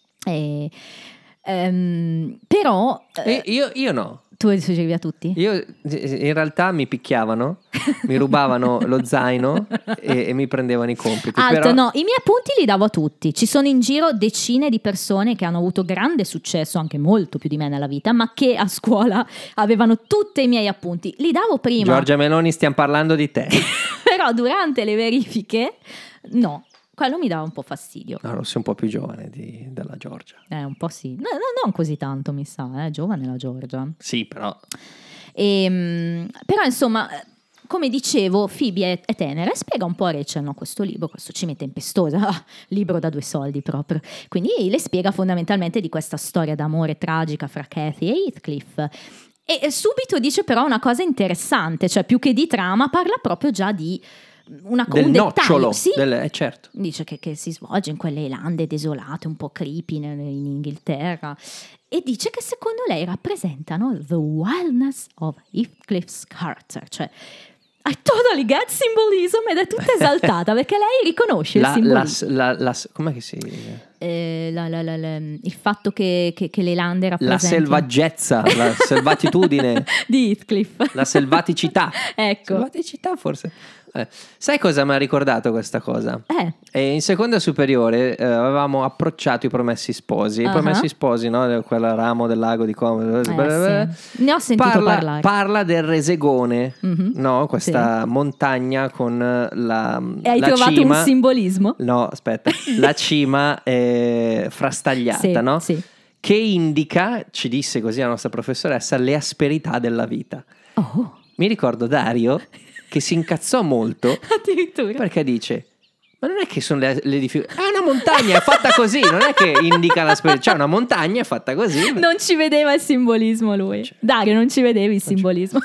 Però io no. Tu suggerivi a tutti? Io in realtà mi picchiavano, mi rubavano lo zaino e mi prendevano i compiti. Però... no, i miei appunti li davo a tutti. Ci sono in giro decine di persone che hanno avuto grande successo, anche molto più di me nella vita, ma che a scuola avevano tutti i miei appunti. Li davo prima. Giorgia Meloni, stiamo parlando di te. Però durante le verifiche, no. Quello mi dava un po' fastidio. No, sei un po' più giovane della Giorgia. Un po' sì. No, non così tanto, mi sa, è giovane la Giorgia. Sì, però... Però insomma, come dicevo, Phoebe è tenera e spiega un po' a Rachel, no, questo libro, questo ci mette in pestosa, libro da 2 soldi proprio. Quindi le spiega fondamentalmente di questa storia d'amore tragica fra Kathy e Heathcliff. E subito dice però una cosa interessante, cioè più che di trama parla proprio già di un nocciolo, sì. Certo. Dice che si svolge in quelle lande desolate, un po' creepy in Inghilterra, e dice che secondo lei rappresentano the wildness of Heathcliff's character, cioè I totally get symbolism, ed è tutta esaltata perché lei riconosce il simbolismo. Com'è che si... il fatto che le lande rappresentano la selvaggezza, la selvatitudine di Heathcliff, la selvaticità. Ecco. Selvaticità forse. Sai cosa mi ha ricordato questa cosa? In seconda superiore avevamo approcciato i Promessi Sposi. I Promessi Sposi, no? Quel ramo del lago di Como. Sì. Ne ho sentito parlare. Parla del Resegone, no? Questa montagna con la hai la trovato cima, un simbolismo? No, aspetta. La cima frastagliata, no? Sì. Che indica, ci disse così la nostra professoressa, le asperità della vita. Mi ricordo Dario che si incazzò molto addirittura perché dice: ma non è che sono le difficoltà, è una montagna, è fatta così, non è che indica l'asperità, cioè una montagna è fatta così. Non ci vedeva il simbolismo lui, Dario, non ci vedevi il simbolismo.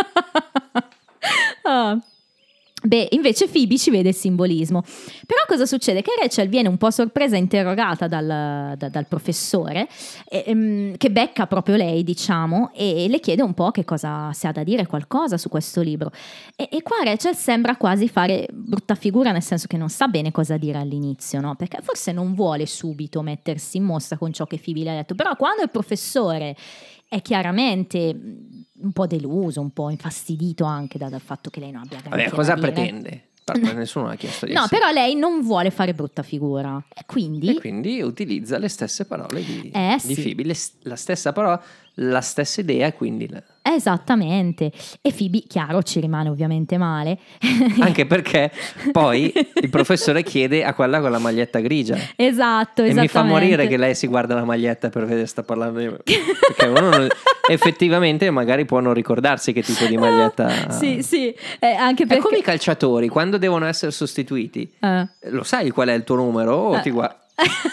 Beh, invece Phoebe ci vede il simbolismo. Però cosa succede? Che Rachel viene un po' sorpresa, interrogata dal professore, che becca proprio lei, diciamo, e le chiede un po' che cosa, se ha da dire qualcosa su questo libro. E qua Rachel sembra quasi fare brutta figura, nel senso che non sa bene cosa dire all'inizio, no? Perché forse non vuole subito mettersi in mostra con ciò che Phoebe le ha detto. Però quando il professore è chiaramente un po' deluso, un po' infastidito anche dal fatto che lei non abbia granché cosa da dire. pretende? Nessuno ha chiesto di No, essere. però lei non vuole fare brutta figura e quindi utilizza le stesse parole di sì. Phoebe, la stessa parola, la stessa idea, quindi esattamente. E Phoebe, chiaro, ci rimane ovviamente male. Anche perché poi il professore chiede a quella con la maglietta grigia. Esatto, e mi fa morire che lei si guarda la maglietta per vedere sta parlando di... perché uno effettivamente magari può non ricordarsi che tipo di maglietta sì, anche perché è come i calciatori quando devono essere sostituiti lo sai qual è il tuo numero o ti guarda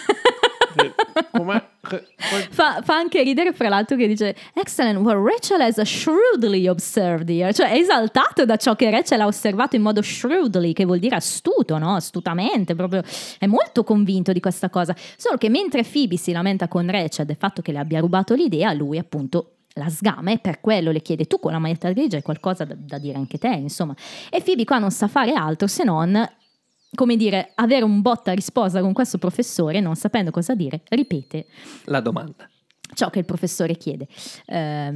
fa anche ridere, fra l'altro, che dice excellent what Rachel has shrewdly observed here, cioè è esaltato da ciò che Rachel ha osservato in modo shrewdly, che vuol dire astuto, no? Astutamente, proprio è molto convinto di questa cosa. Solo che mentre Phoebe si lamenta con Rachel del fatto che le abbia rubato l'idea, lui appunto la sgama e per quello le chiede: tu con la maglietta grigia hai qualcosa da dire anche te, insomma. E Phoebe qua non sa fare altro se non, come dire, avere un botta risposta con questo professore, non sapendo cosa dire, ripete la domanda, ciò che il professore chiede. È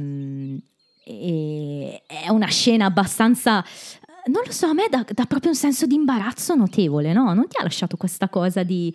una scena abbastanza, non lo so, a me dà proprio un senso di imbarazzo notevole, no? Non ti ha lasciato questa cosa di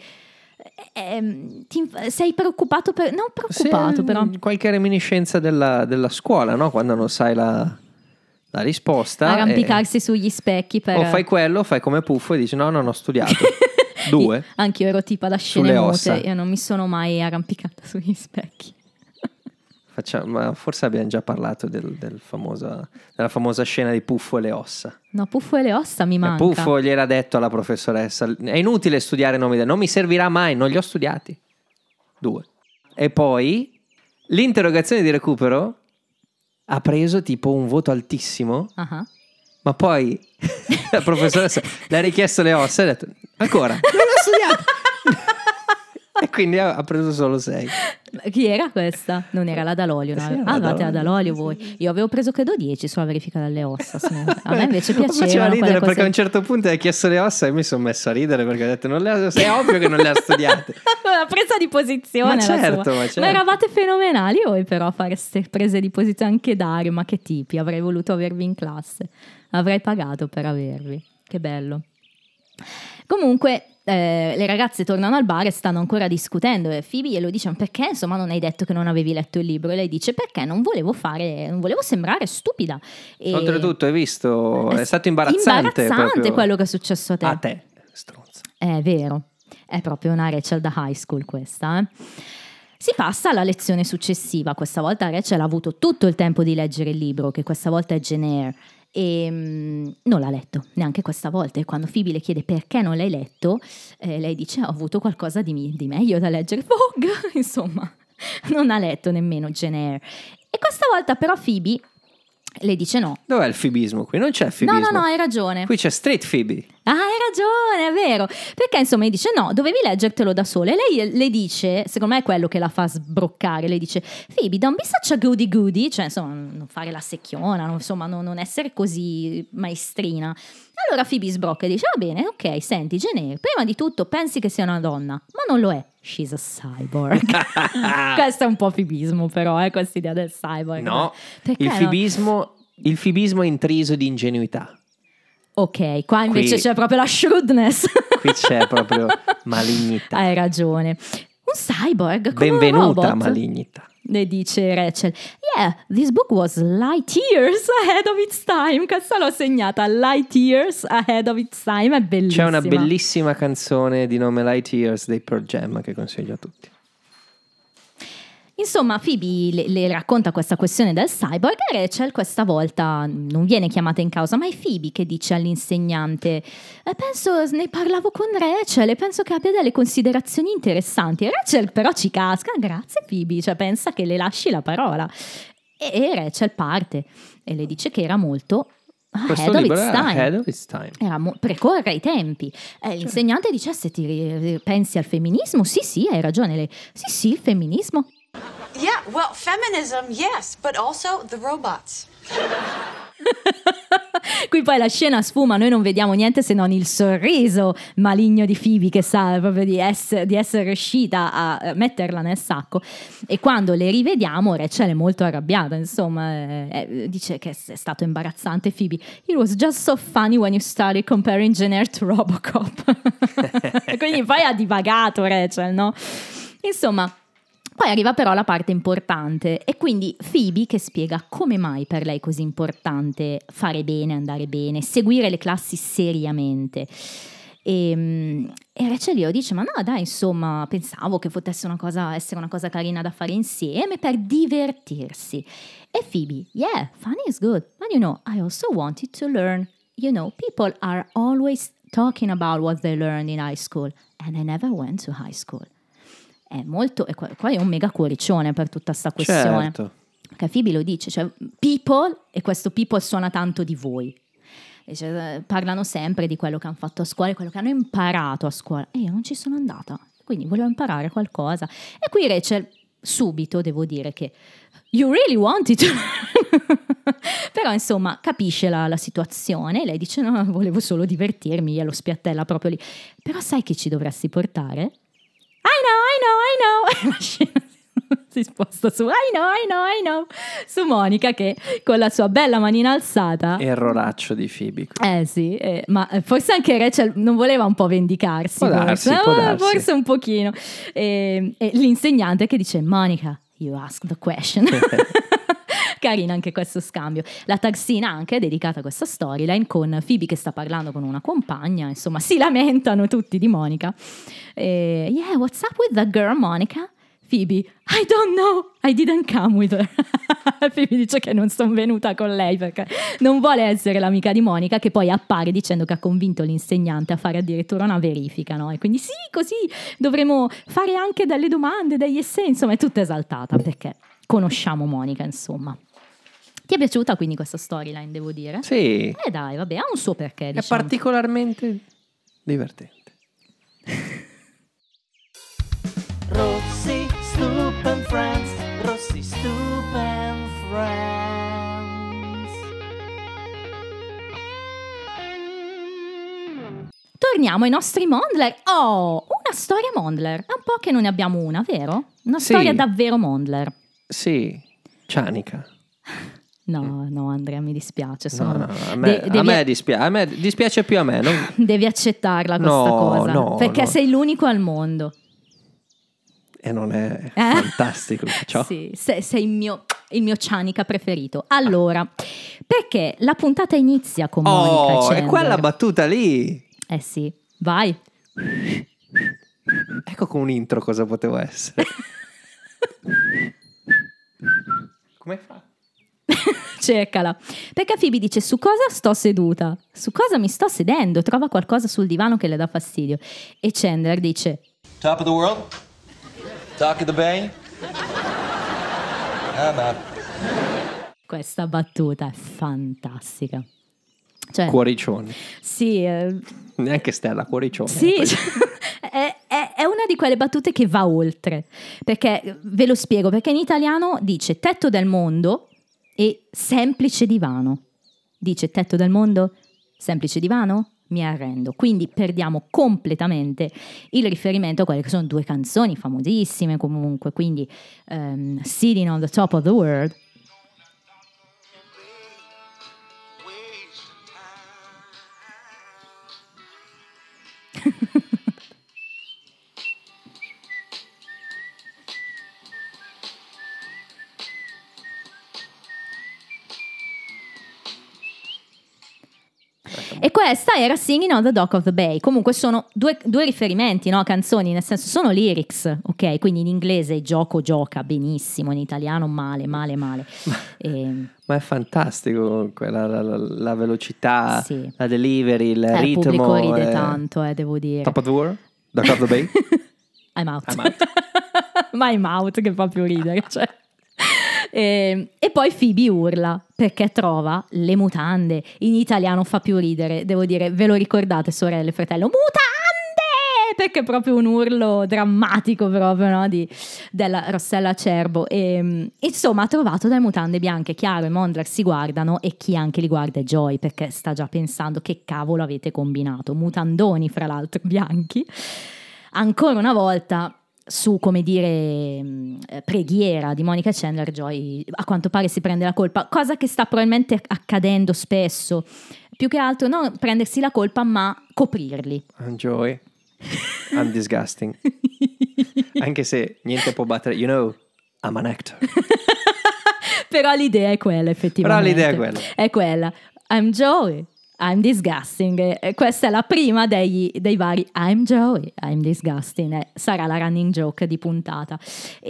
sei preoccupato non preoccupato, però qualche reminiscenza della scuola, no? Quando non sai la risposta, arrampicarsi sugli specchi per... o fai quello, fai come Puffo e dici no, non ho studiato. 2 anch'io ero tipo da scene sulle mute, ossa. io non mi sono mai arrampicata sugli specchi. Ma forse abbiamo già parlato della famosa scena di Puffo e le ossa. No, Puffo e le ossa mi manca. Puffo gliel'ha detto alla professoressa: è inutile studiare nomi, non mi servirà mai, non li ho studiati. 2. E poi l'interrogazione di recupero ha preso tipo un voto altissimo, ma poi la professoressa le ha richiesto le ossa e ha detto ancora non ho studiato. E quindi ha preso solo 6. Chi era questa? Non era la D'Alolio, no? Avevate la D'Alolio voi. Io avevo preso credo 10 sulla verifica delle ossa. A me invece piaceva. Faceva ridere perché a un certo punto hai chiesto le ossa e mi sono messo a ridere perché ho detto è ovvio che non le ha studiate. La presa di posizione. Ma certo. Ma eravate fenomenali voi però a fare queste prese di posizione, anche Dario, ma che tipi, avrei voluto avervi in classe. Avrei pagato per avervi. Che bello. Comunque le ragazze tornano al bar e stanno ancora discutendo e Phoebe glielo dice: perché insomma non hai detto che non avevi letto il libro? E lei dice: perché non volevo sembrare stupida. E oltretutto hai visto, è stato imbarazzante quello che è successo a te. A te, stronza. È vero, è proprio una Rachel da high school questa. Si passa alla lezione successiva. Questa volta Rachel ha avuto tutto il tempo di leggere il libro, che questa volta è Jane Eyre, e non l'ha letto neanche questa volta, e quando Phoebe le chiede perché non l'hai letto, lei dice ho avuto qualcosa di meglio da leggere, Vogue, insomma non ha letto nemmeno Jane Eyre. E questa volta però Phoebe le dice no. Dov'è il fibismo qui? Non c'è fibismo. No, hai ragione. Qui c'è Street Phoebe. Ah, hai ragione, è vero. Perché insomma gli dice no, dovevi leggertelo da sola. E lei le dice, secondo me è quello che la fa sbroccare, le dice Phoebe, don't be such a goody, cioè insomma non fare la secchiona, insomma non essere così maestrina. Allora Phoebe sbrocca e dice va bene, ok, senti Jane Eyre, prima di tutto pensi che sia una donna, ma non lo è. She's a cyborg. Questo è un po' fibismo però, questa idea del cyborg. No, perché il fibismo è intriso di ingenuità. Ok, qua invece Qui- c'è proprio la shrewdness. Qui c'è proprio malignità. Hai ragione. Un cyborg come un Benvenuta robot. malignità. Le dice Rachel. Yeah, this book was light years ahead of its time. Questa l'ho segnata, light years ahead of its time. È bellissima. C'è una bellissima canzone di nome Light Years dei Pearl Jam che consiglio a tutti. Insomma, Phoebe le racconta questa questione del cyborg e Rachel questa volta non viene chiamata in causa, ma è Phoebe che dice all'insegnante penso, ne parlavo con Rachel e penso che abbia delle considerazioni interessanti. E Rachel però ci casca, grazie Phoebe, cioè pensa che le lasci la parola. E Rachel parte e le dice che era molto Questo ahead of libro its è time. ahead of its time. Precorre i tempi. L'insegnante dice se ti pensi al femminismo, sì, hai ragione lei. Sì, il femminismo. Yeah, well, feminism, yes, but also the robots. Qui poi la scena sfuma, noi non vediamo niente se non il sorriso maligno di Phoebe che sa proprio di essere riuscita a metterla nel sacco, e quando le rivediamo Rachel è molto arrabbiata, insomma dice che è stato imbarazzante. Phoebe, it was just so funny when you started comparing Jane Eyre to Robocop. Quindi poi ha divagato Rachel, no? Insomma, poi arriva però la parte importante e quindi Phoebe che spiega come mai per lei è così importante fare bene, andare bene, seguire le classi seriamente. E Rachel io dice ma no dai, insomma pensavo che potesse essere una cosa carina da fare insieme per divertirsi. E Phoebe, yeah, funny is good, but you know I also wanted to learn. You know, people are always talking about what they learned in high school and I never went to high school. È molto, e qua è un mega cuoricione per tutta sta questione. Certo. Che Phoebe lo dice, cioè people, e questo people suona tanto di voi. E cioè, parlano sempre di quello che hanno fatto a scuola, quello che hanno imparato a scuola. E io non ci sono andata, quindi volevo imparare qualcosa. E qui Rachel, subito devo dire che you really wanted to. Però insomma capisce la situazione. Lei dice no, volevo solo divertirmi, glielo spiattella proprio lì. Però sai che ci dovresti portare? I know. La scena si sposta su I know su Monica che con la sua bella manina alzata. Erroraccio di Phoebe qui. Sì, ma forse anche Rachel non voleva un po' vendicarsi, Può darsi. forse un pochino. E l'insegnante che dice Monica, you ask the question. Carina anche questo scambio. La tagsina anche è dedicata a questa storyline con Phoebe che sta parlando con una compagna, insomma si lamentano tutti di Monica. Yeah, what's up with that girl Monica? Phoebe, I don't know, I didn't come with her. Phoebe dice che non sono venuta con lei perché non vuole essere l'amica di Monica, che poi appare dicendo che ha convinto l'insegnante a fare addirittura una verifica, no? E quindi sì, così dovremo fare anche delle domande, degli essay, insomma è tutta esaltata perché conosciamo Monica, insomma. Ti è piaciuta quindi questa storyline, devo dire? Sì. Dai, vabbè, ha un suo perché, È diciamo. particolarmente divertente. Rossi, Stoop and Friends. Rossi, Stoop and Friends. Torniamo ai nostri Mondler. Oh, una storia Mondler. È un po' che non ne abbiamo una, vero? Una Sì. storia davvero Mondler. Sì, Cianica. No, Andrea, mi dispiace. No, a me dispiace più a me. Devi accettarla questa No, cosa. no, perché no. sei l'unico al mondo. E non è fantastico ciò? Sì, sei il mio Cianica preferito. Allora, perché la puntata inizia con Monica e Chandler. È quella battuta lì. Eh sì, vai. Ecco con un intro cosa potevo essere. Come fa? cercala. Perché Phoebe dice: su cosa sto seduta? Su cosa mi sto sedendo? Trova qualcosa sul divano che le dà fastidio. E Chandler dice: Top of the world? Dock of the bay? I'm out. questa battuta è fantastica. Cioè, Cuoricioni. sì, Neanche Stella, cuoricioni. sì, è una di quelle battute che va oltre, perché ve lo spiego, perché in italiano dice tetto del mondo e semplice divano. Dice tetto del mondo, semplice divano, mi arrendo. Quindi perdiamo completamente il riferimento a quelle che sono due canzoni famosissime comunque, quindi Sitting on the Top of the World. E questa era Singing on the Dock of the Bay. Comunque sono due riferimenti, no? Canzoni, nel senso sono lyrics, ok? Quindi in inglese gioca benissimo, in italiano male. Ma è fantastico la velocità, Sì. la delivery, il ritmo. Il pubblico ride tanto, devo dire. Top of the world? Dock of the Bay? I'm out. I'm out. Ma I'm out che fa più ridere, cioè. E poi Phoebe urla perché trova le mutande. In italiano fa più ridere, devo dire. Ve lo ricordate, sorelle e fratello? Mutande! Perché è proprio un urlo drammatico proprio, no? Della Rossella Acerbo. E insomma, ha trovato delle mutande bianche. Chiaro, e Mondler si guardano e chi anche li guarda è Joy, perché sta già pensando che cavolo avete combinato. Mutandoni, fra l'altro, bianchi. Ancora una volta, su, come dire, preghiera di Monica Chandler, Joy a quanto pare si prende la colpa, cosa che sta probabilmente accadendo spesso, più che altro non prendersi la colpa ma coprirli. Joy, I'm disgusting. Anche se niente può battere, you know, I'm an actor. Però l'idea è quella, effettivamente. È quella. I'm Joey, I'm disgusting. Questa è la prima dei vari I'm Joey, I'm disgusting. Sarà la running joke di puntata.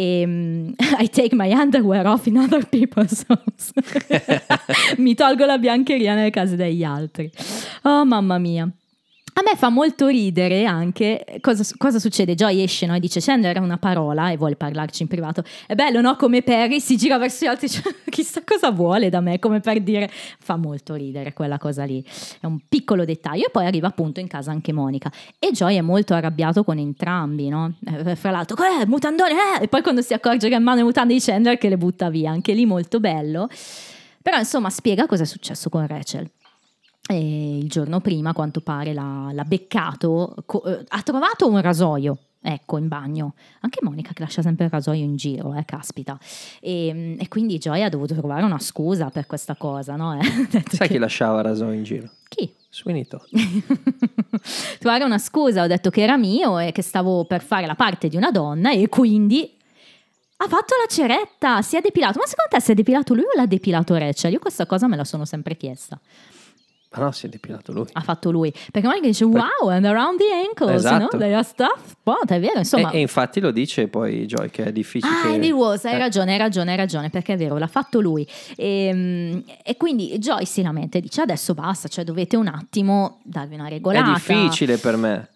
I take my underwear off in other people's homes. Mi tolgo la biancheria nelle case degli altri. Oh mamma mia. A me fa molto ridere anche cosa succede. Joy esce, no? E dice: Chandler è una parola e vuole parlarci in privato. È bello, no? Come Perry si gira verso gli altri, cioè, chissà cosa vuole da me, come per dire. Fa molto ridere quella cosa lì. È un piccolo dettaglio. E poi arriva appunto in casa anche Monica. E Joy è molto arrabbiato con entrambi, no? Fra l'altro, mutandone! E poi quando si accorge che è in mano le mutande di Chandler che le butta via. Anche lì molto bello. Però insomma spiega cosa è successo con Rachel. E il giorno prima, a quanto pare, l'ha beccato, ha trovato un rasoio, ecco, in bagno. Anche Monica che lascia sempre il rasoio in giro, caspita. E quindi Joy ha dovuto trovare una scusa per questa cosa, no? Sai chi lasciava il rasoio in giro? Chi? Sweeney Todd. Trovare una scusa, ho detto che era mio e che stavo per fare la parte di una donna e quindi ha fatto la ceretta, si è depilato. Ma secondo te si è depilato lui o l'ha depilato Rachel? Io questa cosa me la sono sempre chiesta. Ma no, si è depilato lui. Ha fatto lui. Perché Monica dice wow, and around the ankles, esatto. You know, they are stuff. But è vero, insomma. E infatti lo dice poi Joy che è difficile. It was, hai ragione, perché è vero, l'ha fatto lui. E quindi Joy si lamenta e dice adesso basta, cioè dovete un attimo darvi una regolata. È difficile per me.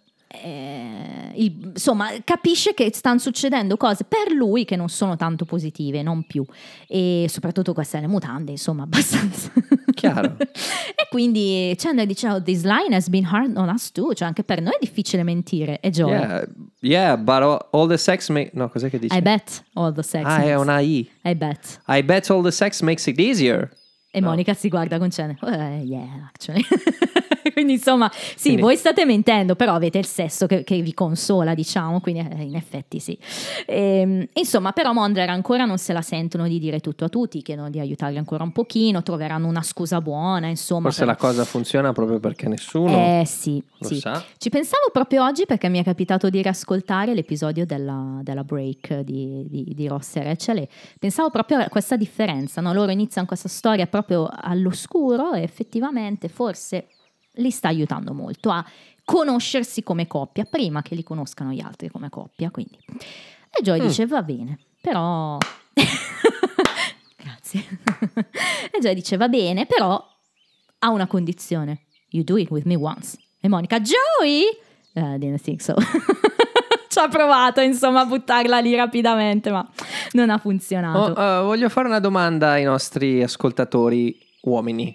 Insomma, capisce che stanno succedendo cose per lui che non sono tanto positive, non più, e soprattutto queste le mutande, insomma, abbastanza chiaro. E quindi Chandler dice oh, this line has been hard on us too, cioè anche per noi è difficile mentire. E Joy yeah, but all the sex no, cos'è che dice? I bet all the sex è una I bet all the sex makes it easier. E no. Monica si guarda con Chandler yeah, actually. Quindi insomma, sì, voi state mentendo, però avete il sesso che vi consola, diciamo, quindi in effetti sì. Insomma, però Mondler ancora non se la sentono di dire tutto a tutti, chiedono di aiutarli ancora un pochino, troveranno una scusa buona, insomma. Forse la cosa funziona proprio perché nessuno sì. sa. Ci pensavo proprio oggi perché mi è capitato di riascoltare l'episodio della break di Ross e Rachel e pensavo proprio a questa differenza, no? Loro iniziano questa storia proprio all'oscuro e effettivamente forse li sta aiutando molto a conoscersi come coppia prima che li conoscano gli altri come coppia, quindi. E Joy dice va bene, però Grazie. E Joy dice va bene, però ha una condizione. You do it with me once. E Monica, Joey? Didn't think so. Ci ha provato insomma a buttarla lì rapidamente, ma non ha funzionato. Voglio fare una domanda ai nostri ascoltatori uomini.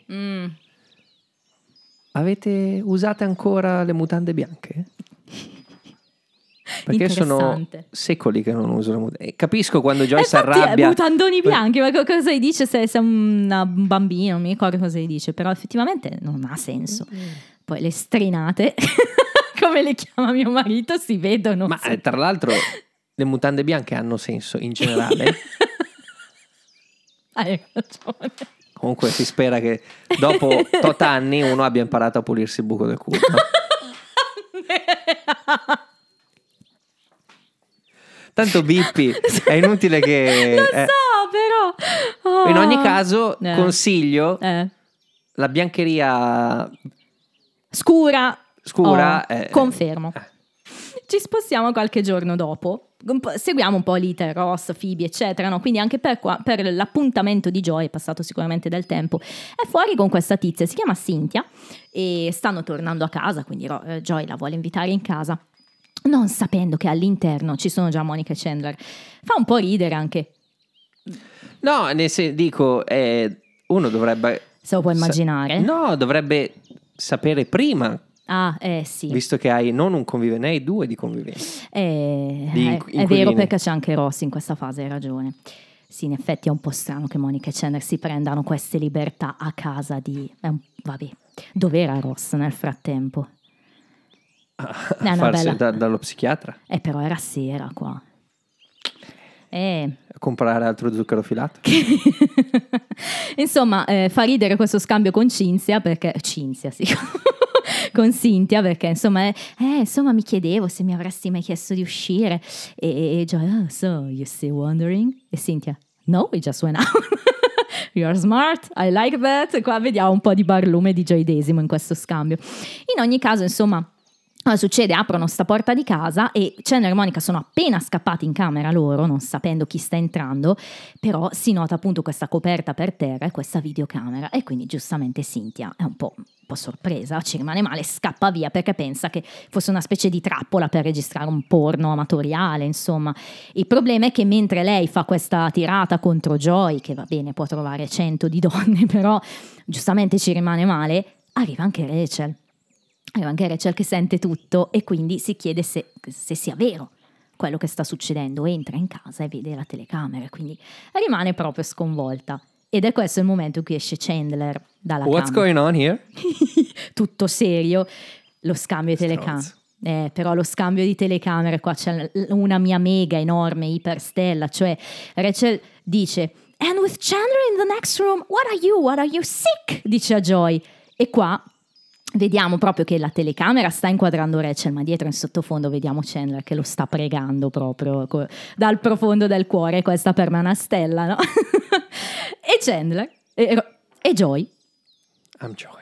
Avete usate ancora le mutande bianche? Perché sono secoli che non uso le mutande. Capisco quando Joy si arrabbia. Mutandoni bianchi, ma cosa gli dice se sei un bambino? Non mi ricordo cosa gli dice, però effettivamente non ha senso. Poi le strinate, come le chiama mio marito, si vedono. Ma tra l'altro le mutande bianche hanno senso in generale. Hai ragione. Comunque si spera che dopo tot anni uno abbia imparato a pulirsi il buco del culo. Tanto Bippi è inutile che... Lo so, però... In ogni caso consiglio la biancheria scura. Confermo. Eh. Ci spostiamo qualche giorno dopo. Seguiamo un po' l'iter, Ross, Phoebe, eccetera, no? Quindi anche per l'appuntamento di Joy è passato sicuramente del tempo. È fuori con questa tizia, si chiama Cynthia, e stanno tornando a casa, quindi Joy la vuole invitare in casa, non sapendo che all'interno ci sono già Monica e Chandler. Fa un po' ridere anche. No, dico, uno dovrebbe... Se lo può immaginare. No, dovrebbe sapere prima. Sì. Visto che hai non un convivente, hai due di convivenza. È vero, perché c'è anche Ross in questa fase, hai ragione. Sì, in effetti è un po' strano che Monica e Chandler si prendano queste libertà a casa di... vabbè, dov'era Ross nel frattempo? A farsi dallo psichiatra. Però era sera qua. A comprare altro zucchero filato. Insomma, fa ridere questo scambio con Cinzia, perché... Cinzia, sì. Con Cynthia, perché insomma mi chiedevo se mi avresti mai chiesto di uscire, e Joy, so you still wondering? E Cynthia, no, we just went out. You're smart, I like that. E qua vediamo un po' di barlume di gioidesimo in questo scambio. In ogni caso, insomma, succede, aprono sta porta di casa e Chandler e Monica sono appena scappati in camera loro, non sapendo chi sta entrando, però si nota appunto questa coperta per terra e questa videocamera, e quindi giustamente Cynthia è un po' sorpresa, ci rimane male, scappa via perché pensa che fosse una specie di trappola per registrare un porno amatoriale, insomma. Il problema è che mentre lei fa questa tirata contro Joy, che va bene, può trovare 100 di donne, però giustamente ci rimane male, arriva anche Rachel che sente tutto e quindi si chiede se sia vero quello che sta succedendo. Entra in casa e vede la telecamera, quindi rimane proprio sconvolta. Ed è questo il momento in cui esce Chandler dalla What's camera. going on here? Tutto serio, lo scambio di telecamere. Però lo scambio di telecamere, qua c'è una mia mega enorme iperstella, cioè Rachel dice "And with Chandler in the next room, what are you sick?" dice a Joy. E qua vediamo proprio che la telecamera sta inquadrando Rachel, ma dietro in sottofondo vediamo Chandler che lo sta pregando proprio dal profondo del cuore. Questa per me è una stella, no? E Chandler e Joy. I'm Joy.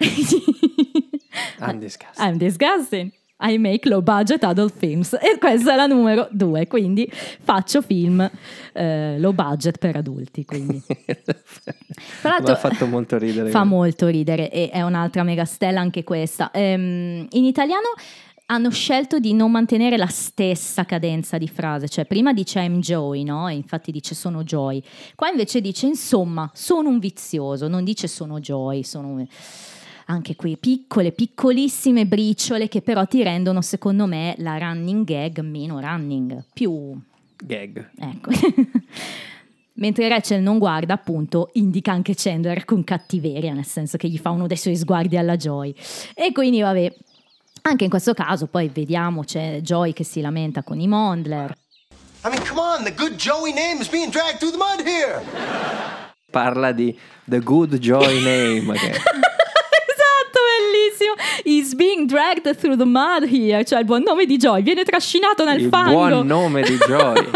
I'm disgusting. I make low budget adult films. E questa è la numero 2, quindi faccio film low budget per adulti, quindi. Ma ha fatto molto ridere. Fa molto ridere, e è un'altra megastella anche questa. In italiano hanno scelto di non mantenere la stessa cadenza di frase, cioè prima dice I'm Joy, no? E infatti dice sono Joy. Qua invece dice insomma sono un vizioso, non dice sono Joy, sono... Anche qui piccolissime briciole che però ti rendono, secondo me, la running gag meno running, più gag. Ecco. Mentre Rachel non guarda, appunto, indica anche Chandler con cattiveria, nel senso che gli fa uno dei suoi sguardi alla Joy. E quindi, vabbè, anche in questo caso poi vediamo c'è Joy che si lamenta con i Mondler. I mean, come on, the good Joey name is being dragged through the mud here. Parla di the good Joy name. Okay. Bellissimo, he's being dragged through the mud here, cioè il buon nome di Joy viene trascinato nel fango. Il buon nome di Joy.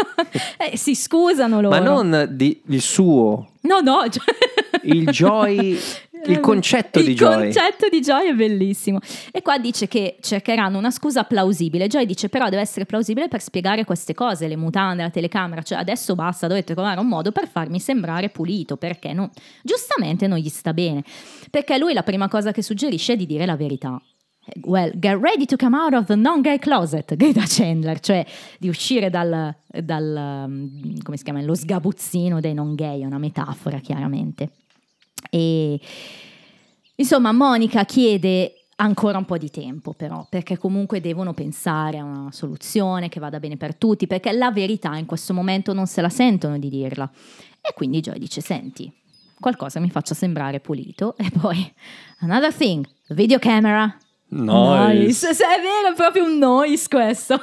Si scusano loro. Ma non il suo. No. Il Joy Il concetto di Joy. Il concetto di Joy è bellissimo. E qua dice che cercheranno una scusa plausibile. Joy dice però deve essere plausibile per spiegare queste cose, le mutande, la telecamera, cioè adesso basta, dovete trovare un modo per farmi sembrare pulito, perché no? Giustamente non gli sta bene, perché lui la prima cosa che suggerisce è di dire la verità. Well, get ready to come out of the non-gay closet, grida Chandler, cioè di uscire dal come si chiama, lo sgabuzzino dei non gay, è una metafora chiaramente. E insomma Monica chiede ancora un po' di tempo però, perché comunque devono pensare a una soluzione che vada bene per tutti, perché la verità in questo momento non se la sentono di dirla. E quindi Joy dice: senti, qualcosa mi faccia sembrare pulito. E poi another thing, video camera. Nice. È vero, è proprio un noise questo.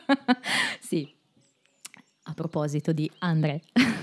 Sì, a proposito di André.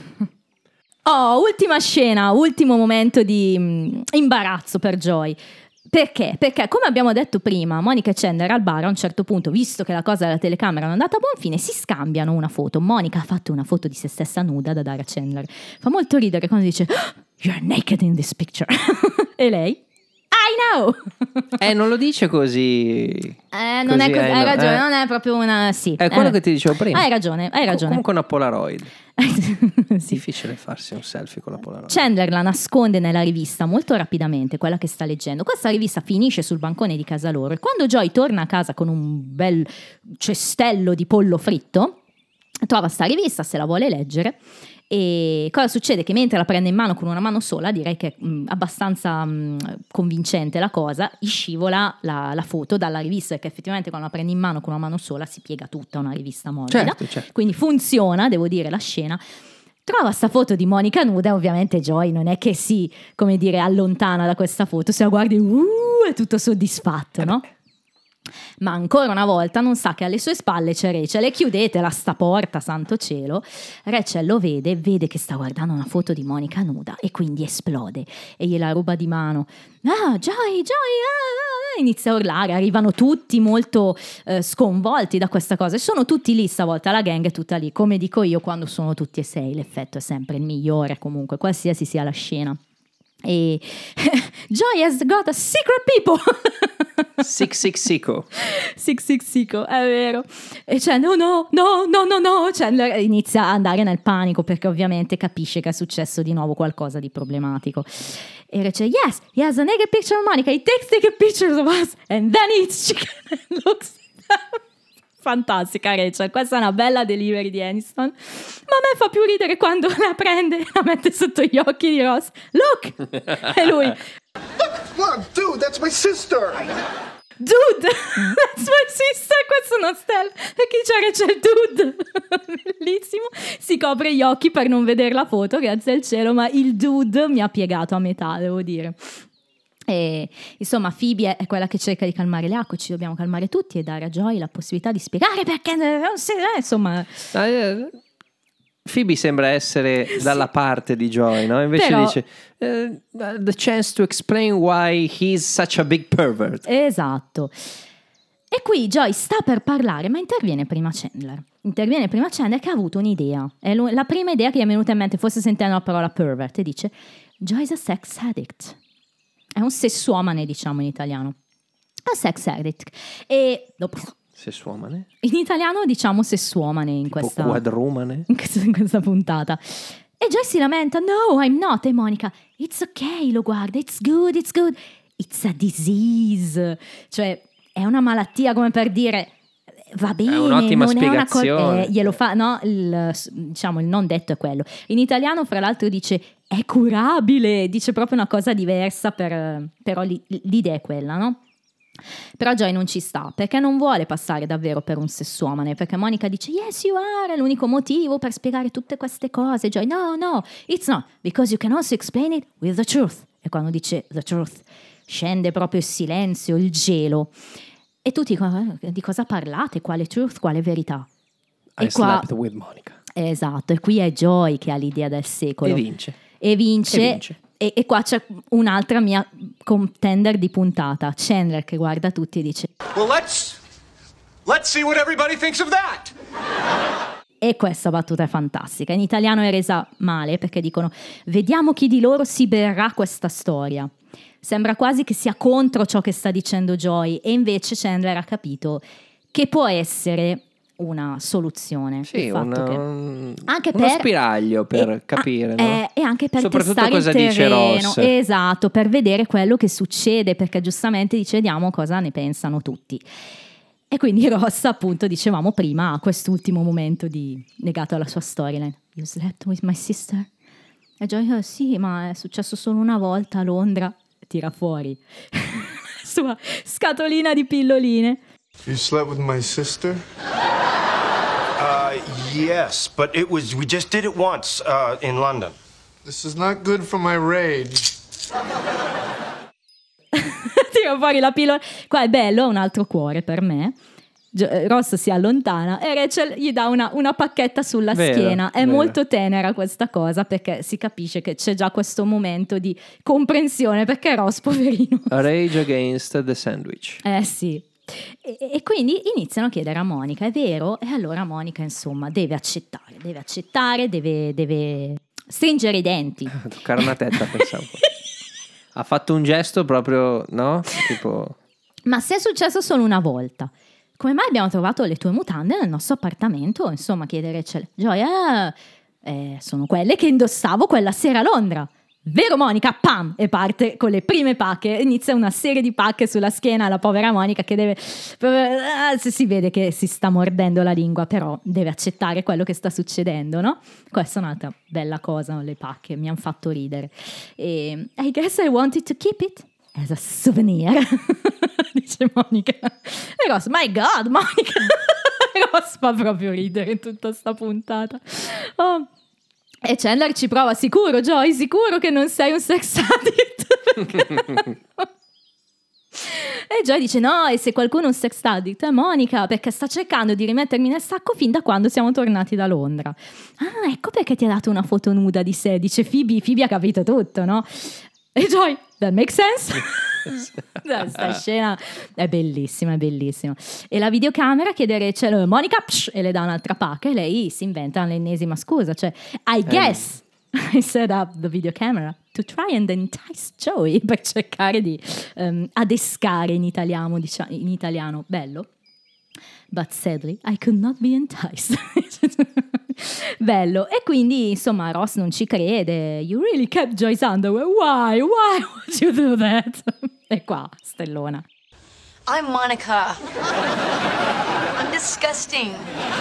Oh, ultima scena, ultimo momento di imbarazzo per Joy. Perché? Perché come abbiamo detto prima, Monica e Chandler al bar a un certo punto, visto che la cosa della telecamera non è andata a buon fine, si scambiano una foto. Monica ha fatto una foto di se stessa nuda da dare a Chandler. Fa molto ridere quando dice "You're naked in this picture". E lei I know. Non lo dice così. Non è così, hai ragione, non è proprio una sì. È quello che ti dicevo prima. Hai ragione. Comunque una Polaroid. Sì. Difficile farsi un selfie con la Polaroid. Chandler la nasconde nella rivista molto rapidamente, quella che sta leggendo. Questa rivista finisce sul bancone di casa loro e quando Joy torna a casa con un bel cestello di pollo fritto, trova sta rivista, se la vuole leggere. E cosa succede? Che mentre la prende in mano con una mano sola, direi che è abbastanza convincente la cosa, gli scivola la foto dalla rivista, che effettivamente quando la prende in mano con una mano sola si piega tutta una rivista morbida. Certo. Quindi funziona, devo dire, la scena. Trova sta foto di Monica nuda e ovviamente Joy non è che si, come dire, allontana da questa foto, se la guardi è tutto soddisfatto, no? Ma ancora una volta non sa che alle sue spalle c'è Rachel e chiudetela sta porta, santo cielo. Rachel lo vede che sta guardando una foto di Monica nuda e quindi esplode e gliela ruba di mano. Joy, inizia a urlare, arrivano tutti molto sconvolti da questa cosa e sono tutti lì stavolta, la gang è tutta lì, come dico io, quando sono tutti e sei l'effetto è sempre il migliore comunque, qualsiasi sia la scena. E Joy has got a secret people. 666 666, è vero. E cioè no, Chandler inizia ad andare nel panico perché ovviamente capisce che è successo di nuovo qualcosa di problematico. E dice yes, he has a naked picture of Monica, he takes naked pictures of us and then he eats chicken and looks fantastica Rachel, questa è una bella delivery di Aniston, ma a me fa più ridere quando la prende e la mette sotto gli occhi di Ross. Look! E lui Look, dude, that's my sister. Dude, that's my sister. Questo è uno stella perché c'è Rachel, dude. Bellissimo. Si copre gli occhi per non vedere la foto, grazie al cielo, ma il dude mi ha piegato a metà, devo dire. E insomma Phoebe è quella che cerca di calmare le acque, ci dobbiamo calmare tutti e dare a Joy la possibilità di spiegare perché insomma Phoebe sembra essere dalla parte di Joy, no? Invece però, dice the chance to explain why he's such a big pervert. Esatto. E qui Joy sta per parlare ma interviene prima Chandler che ha avuto un'idea, è la prima idea che gli è venuta in mente forse sentendo la parola pervert, e dice Joy's a sex addict. È un sessuomane, diciamo in italiano. Un sex addict. E sessuomane? In italiano diciamo sessuomane in tipo questa quadrumane? In questa puntata. E Joy si lamenta, no, I'm not. E Monica, it's okay, lo guarda, it's good. It's a disease. Cioè, è una malattia, come per dire, va bene, è un'ottima non spiegazione. È una glielo fa, no? Diciamo, il non detto è quello. In italiano, fra l'altro, dice è curabile, dice proprio una cosa diversa, però l'idea è quella, no? Però Joy non ci sta, perché non vuole passare davvero per un sessuomane, perché Monica dice yes you are, è l'unico motivo per spiegare tutte queste cose. Joy no, it's not, because you can also explain it with the truth. E quando dice the truth scende proprio il silenzio, il gelo, e tutti di cosa parlate, quale truth, quale verità? I slept with Monica. Esatto, e qui è Joy che ha l'idea del secolo e vince. E qua c'è un'altra mia contender di puntata, Chandler che guarda tutti e dice Well, let's see what everybody thinks of that. E questa battuta è fantastica. In italiano è resa male perché dicono: vediamo chi di loro si berrà questa storia. Sembra quasi che sia contro ciò che sta dicendo Joy, e invece Chandler ha capito che può essere una soluzione. Sì, il fatto anche uno spiraglio per capire, no? E anche per soprattutto testare cosa il dice terreno, Ross. esatto, per vedere quello che succede, perché giustamente dice: vediamo cosa ne pensano tutti. E quindi Ross, appunto, dicevamo prima, ha quest'ultimo momento legato alla sua storyline. You slept with my sister? E Joy: sì, ma è successo solo una volta a Londra. Tira fuori la sua scatolina di pilloline. You slept with my sister? Yes, but we just did it once, in London. This is not good for my rage. Tira fuori la pillola. Qua è bello, un altro cuore per me. Ross si allontana e Rachel gli dà una pacchetta sulla schiena. È molto tenera questa cosa, perché si capisce che c'è già questo momento di comprensione, perché Ross, poverino. Rage Against the Sandwich. Sì. E quindi iniziano a chiedere a Monica: è vero? E allora Monica, insomma, deve accettare, deve stringere i denti. Toccare una tetta, pensavo. Ha fatto un gesto proprio, no? Tipo... Ma se è successo solo una volta, come mai abbiamo trovato le tue mutande nel nostro appartamento? Insomma, chiedere Joy: sono quelle che indossavo quella sera a Londra. Vero, Monica? Pam! E parte con le prime pacche. Inizia una serie di pacche sulla schiena alla povera Monica, che deve... si vede che si sta mordendo la lingua, però deve accettare quello che sta succedendo, no? Questa è un'altra bella cosa, le pacche, mi hanno fatto ridere. E I guess I wanted to keep it as a souvenir, dice Monica. E Ross: my God, Monica! Ross fa proprio ridere in tutta sta puntata. Oh. E Chandler ci prova: sicuro, Joy, sicuro che non sei un sex addict? E Joy dice: no, e se qualcuno è un sex addict è Monica, perché sta cercando di rimettermi nel sacco fin da quando siamo tornati da Londra. Ah, ecco perché ti ha dato una foto nuda di sé, dice Phoebe ha capito tutto, no? E Joy: that makes sense. Questa scena è bellissima, è bellissima. E la videocamera chiede a Rachel: Monica, e le dà un'altra pacca, e lei si inventa l'ennesima scusa, cioè I guess I set up the videocamera to try and entice Joey, per cercare di adescare in italiano, bello. But sadly I could not be enticed. Bello. E quindi insomma Ross non ci crede. You really kept Joy's underwear? Why would you do that? E qua stellona. I'm Monica. I'm disgusting.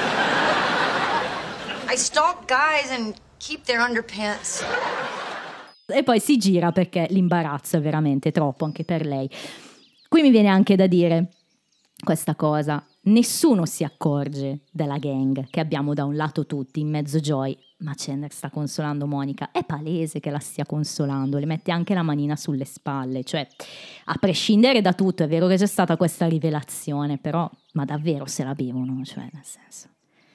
I stalk guys and keep their underpants. E poi si gira perché l'imbarazzo è veramente troppo anche per lei. Qui mi viene anche da dire questa cosa: nessuno si accorge della gang che abbiamo da un lato tutti, in mezzo Joy, ma Chandler sta consolando Monica. È palese che la stia consolando, le mette anche la manina sulle spalle, cioè a prescindere da tutto. È vero che c'è stata questa rivelazione, però ma davvero se la bevono, cioè nel senso,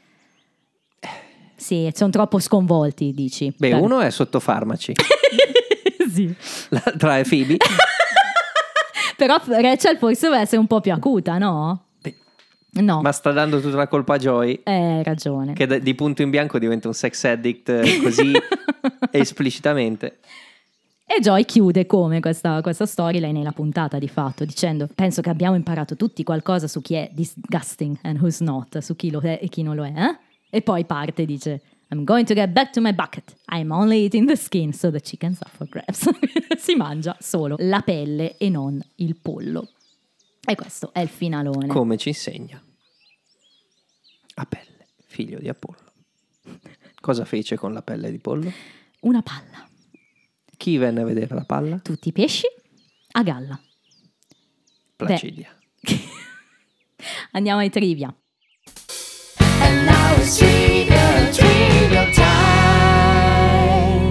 sì, sono troppo sconvolti, dici? Beh, uno è sotto farmaci. Sì. L'altra è Phoebe. Però Rachel forse deve essere un po' più acuta, no? No. Ma sta dando tutta la colpa a Joy. Hai ragione. Che di punto in bianco diventa un sex addict così esplicitamente. E Joy chiude come questa storyline nella puntata, di fatto, dicendo: penso che abbiamo imparato tutti qualcosa su chi è disgusting and who's not, su chi lo è e chi non lo è, eh? E poi parte e dice: I'm going to get back to my bucket. I'm only eating the skin so the chickens are for grabs. Si mangia solo la pelle e non il pollo. E questo è il finalone. Come ci insegna Apelle, figlio di Apollo. Cosa fece con la pelle di pollo? Una palla. Chi venne a vedere la palla? Tutti i pesci a galla. Placidia. Andiamo ai trivia. And now it's trivia time.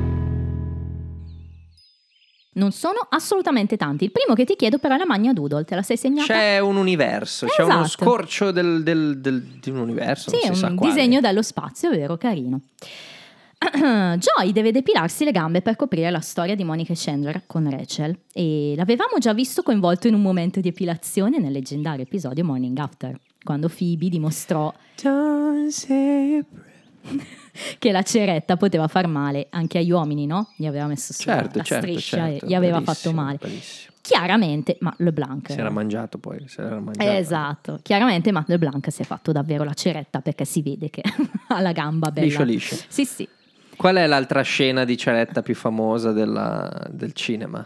Non sono assolutamente tanti. Il primo che ti chiedo però è la Magna Doodle. Te la sei segnata? C'è un universo, c'è uno scorcio di un universo. Sì, non si sa un quale. disegno dallo spazio, vero, carino. Joy deve depilarsi le gambe per coprire la storia di Monica e Chandler con Rachel, e l'avevamo già visto coinvolto in un momento di epilazione nel leggendario episodio Morning After, quando Phoebe dimostrò che la ceretta poteva far male anche agli uomini, no? Gli aveva messo su la striscia e gli aveva fatto male. Chiaramente, ma LeBlanc si era mangiato poi, esatto, chiaramente Matt LeBlanc si è fatto davvero la ceretta, perché si vede che ha la gamba bella liscio. Sì. Qual è l'altra scena di ceretta più famosa del cinema?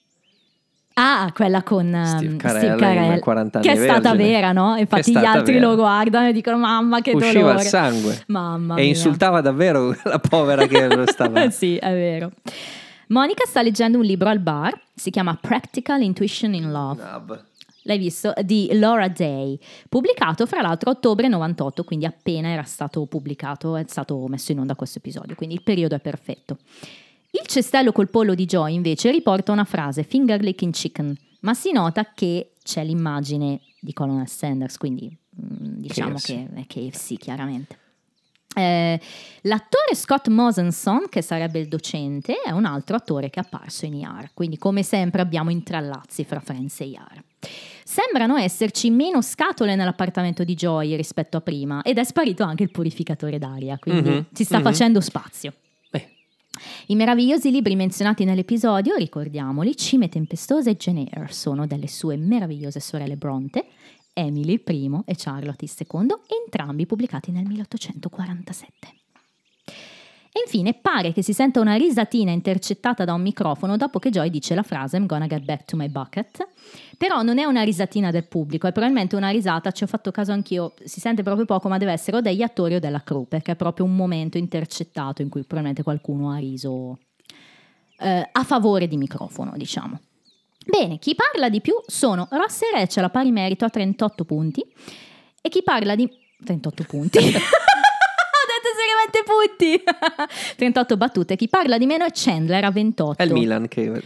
Ah, quella con Steve Carell 40 anni che è stata vergine. vera, no? Infatti gli altri lo guardano e dicono mamma che dolore. Usciva il sangue. Mamma e mia. Insultava davvero la povera che lo stava. Sì, è vero. Monica sta leggendo un libro al bar, si chiama Practical Intuition in Love. L'hai visto? Di Laura Day, pubblicato fra l'altro a ottobre 98, quindi appena era stato pubblicato, è stato messo in onda questo episodio, quindi il periodo è perfetto. Il cestello col pollo di Joy invece riporta una frase, finger licking chicken, ma si nota che c'è l'immagine di Colonel Sanders, quindi diciamo che è KFC chiaramente. L'attore Scott Mosenson, che sarebbe il docente, è un altro attore che è apparso in ER, quindi come sempre abbiamo intrallazzi fra Friends e ER. Sembrano esserci meno scatole nell'appartamento di Joy rispetto a prima, ed è sparito anche il purificatore d'aria, quindi si sta facendo spazio. I meravigliosi libri menzionati nell'episodio, ricordiamoli, Cime tempestose e Jane Eyre, sono delle sue meravigliose sorelle Bronte, Emily il primo e Charlotte il secondo, entrambi pubblicati nel 1847. E infine pare che si senta una risatina intercettata da un microfono dopo che Joy dice la frase I'm gonna get back to my bucket, però non è una risatina del pubblico, è probabilmente una risata, ci ho fatto caso anch'io, si sente proprio poco, ma deve essere o degli attori o della crew, perché è proprio un momento intercettato in cui probabilmente qualcuno ha riso a favore di microfono, diciamo. Bene, chi parla di più sono Ross e Rachel a pari merito a 38 punti e chi parla di 38 punti ho detto seriamente punti 38 battute, chi parla di meno è Chandler a 28. È il Milan che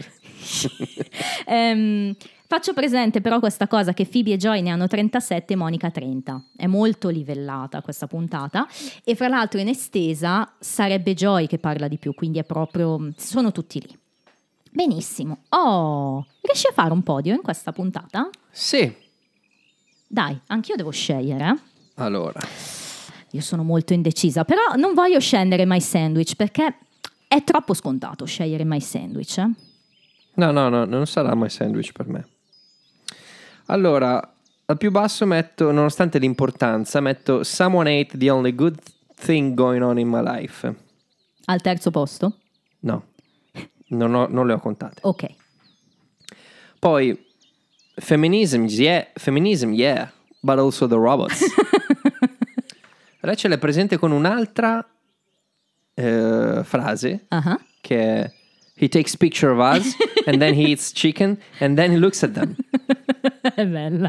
faccio presente però questa cosa che Phoebe e Joy ne hanno 37 e Monica 30, è molto livellata questa puntata e fra l'altro in estesa sarebbe Joy che parla di più, quindi è proprio, sono tutti lì. Benissimo. Riesci a fare un podio in questa puntata? Sì. Dai, anch'io devo scegliere. Allora. Io sono molto indecisa, però non voglio scendere My Sandwich perché è troppo scontato scegliere My Sandwich. No, non sarà My Sandwich per me. Allora, al più basso metto, nonostante l'importanza, metto Someone Ate the Only Good Thing Going On in My Life. Al terzo posto? No. Non le ho contate. Ok. Poi feminism, yeah, but also the robots. Rachel è presente con un'altra frase che è he takes picture of us and then he eats chicken and then he looks at them. È bella.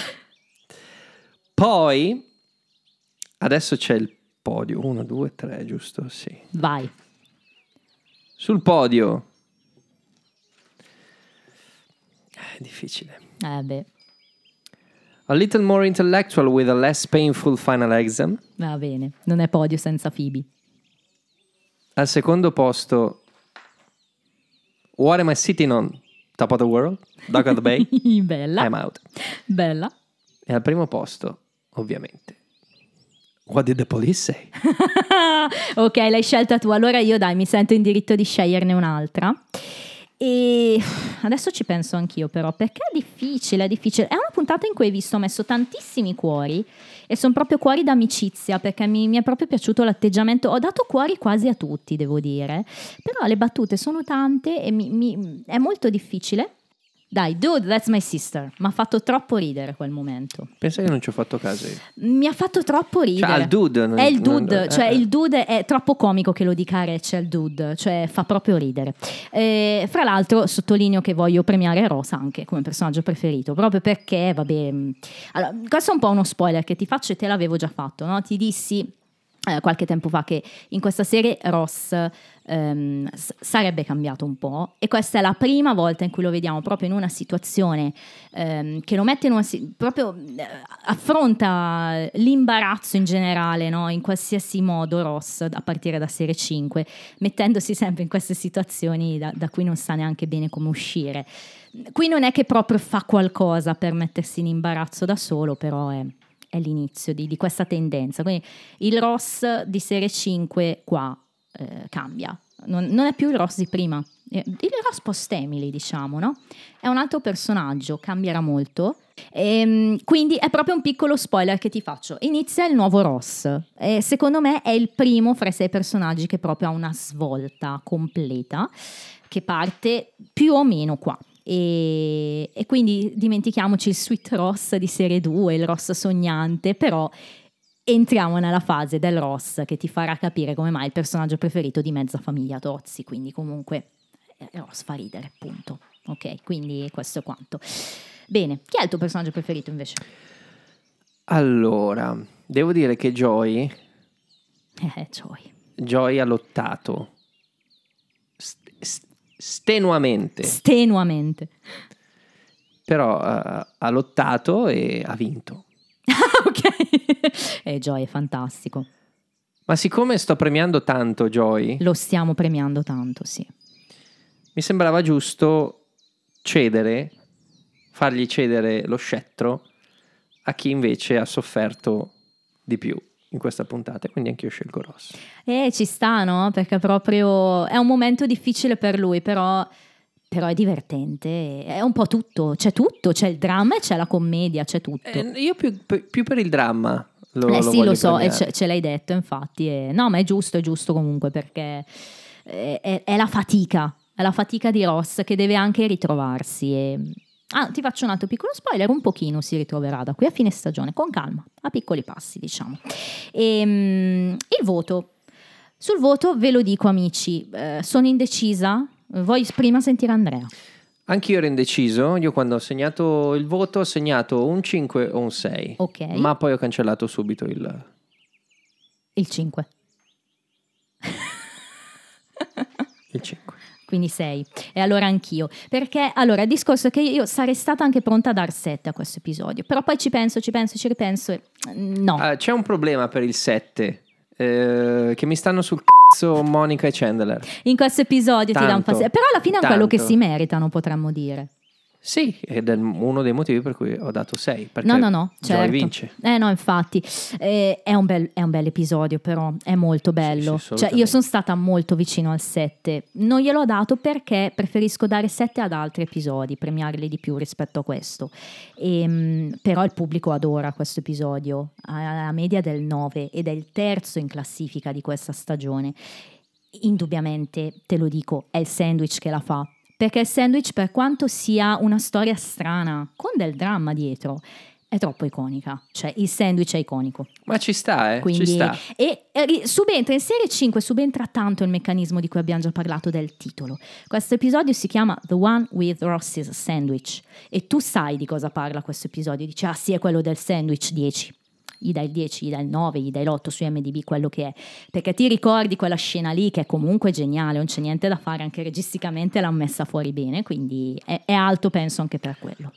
Poi adesso c'è il podio 1, 2, 3, giusto? Sì. Vai. Sul podio è difficile. Beh. A little more intellectual with a less painful final exam. Va bene, non è podio senza Phoebe. Al secondo posto What am I sitting on? Top of the world? Dog of the Bay? Bella. I'm out. Bella. E al primo posto, ovviamente, What did the police say? Ok, l'hai scelta tu. Allora io mi sento in diritto di sceglierne un'altra. E adesso ci penso anch'io però, perché è difficile. È una puntata in cui hai visto, ho messo tantissimi cuori e sono proprio cuori d'amicizia, perché mi è proprio piaciuto l'atteggiamento. Ho dato cuori quasi a tutti, devo dire, però le battute sono tante e è molto difficile. Dai, Dude, That's My Sister. Mi ha fatto troppo ridere quel momento. Pensa che non ci ho fatto caso io. Mi ha fatto troppo ridere. Cioè, il dude. È il dude, cioè il dude è troppo comico che lo dica Rachel, il dude, cioè fa proprio ridere. Fra l'altro sottolineo che voglio premiare Rosa anche come personaggio preferito, proprio perché, vabbè, allora, questo è un po' uno spoiler che ti faccio e te l'avevo già fatto, no? Ti dissi qualche tempo fa che in questa serie Ross sarebbe cambiato un po', e questa è la prima volta in cui lo vediamo proprio in una situazione che lo mette in una proprio affronta l'imbarazzo in generale, no? In qualsiasi modo Ross a partire da serie 5, mettendosi sempre in queste situazioni da cui non sa neanche bene come uscire. Qui non è che proprio fa qualcosa per mettersi in imbarazzo da solo, però è l'inizio di questa tendenza. Quindi il Ross di serie 5 qua cambia, non è più il Ross di prima, il Ross post-Emily, diciamo, no? È un altro personaggio, cambierà molto. Quindi è proprio un piccolo spoiler che ti faccio. Inizia il nuovo Ross, secondo me è il primo fra i 6 personaggi che proprio ha una svolta completa, che parte più o meno qua. E quindi dimentichiamoci il Sweet Ross di serie 2, il Ross sognante, però entriamo nella fase del Ross che ti farà capire come mai il personaggio preferito di mezza famiglia Tozzi, quindi comunque Ross fa ridere, punto. Ok, quindi questo è quanto. Bene, chi è il tuo personaggio preferito invece? Allora, devo dire che Joy Joy ha lottato stenuamente, però ha lottato e ha vinto. Ok. Joy è fantastico. Ma siccome sto premiando tanto Joy, lo stiamo premiando tanto, sì, mi sembrava giusto fargli cedere lo scettro a chi invece ha sofferto di più in questa puntata, quindi anch'io scelgo Ross. Ci sta, no? Perché proprio è un momento difficile per lui, però è divertente, è un po' tutto, c'è il dramma e c'è la commedia, c'è tutto. Io più per il dramma sì, lo so, e premiare. ce l'hai detto, infatti. No, ma è giusto comunque, perché è la fatica di Ross che deve anche ritrovarsi. Ti faccio un altro piccolo spoiler, un pochino si ritroverà da qui a fine stagione, con calma, a piccoli passi, diciamo. Il voto. Sul voto ve lo dico, amici, sono indecisa. Voglio prima sentire Andrea. Anch'io ero indeciso, io quando ho segnato il voto ho segnato un 5 o un 6, ok, ma poi ho cancellato subito il 5. il 5. Quindi 6. E allora anch'io. Perché allora il discorso è che io sarei stata anche pronta a dar 7 a questo episodio, però poi ci ripenso e no. C'è un problema per il 7, che mi stanno sul cazzo Monica e Chandler. In questo episodio ti danno fastidio, però alla fine è quello che si meritano, potremmo dire. Sì, ed è uno dei motivi per cui ho dato 6, perché no, certo. Joy vince. No, infatti è un bel episodio, però è molto bello. Sì, cioè, io sono stata molto vicino al 7. Non gliel'ho dato perché preferisco dare 7 ad altri episodi, premiarli di più rispetto a questo. Però il pubblico adora questo episodio, ha la media del 9 ed è il terzo in classifica di questa stagione. Indubbiamente, te lo dico, è il sandwich che la fa. Perché il sandwich, per quanto sia una storia strana, con del dramma dietro, è troppo iconica. Cioè, il sandwich è iconico. Ma ci sta, Quindi, ci sta. E subentra in serie 5, subentra tanto il meccanismo di cui abbiamo già parlato del titolo. Questo episodio si chiama The One with Ross's Sandwich. E tu sai di cosa parla questo episodio. Dici, sì, è quello del sandwich 10. Gli dai il 10, gli dai il 9, gli dai l'8 su IMDb, quello che è, perché ti ricordi quella scena lì che è comunque geniale, non c'è niente da fare, anche registicamente l'hanno messa fuori bene, quindi è alto, penso, anche per quello.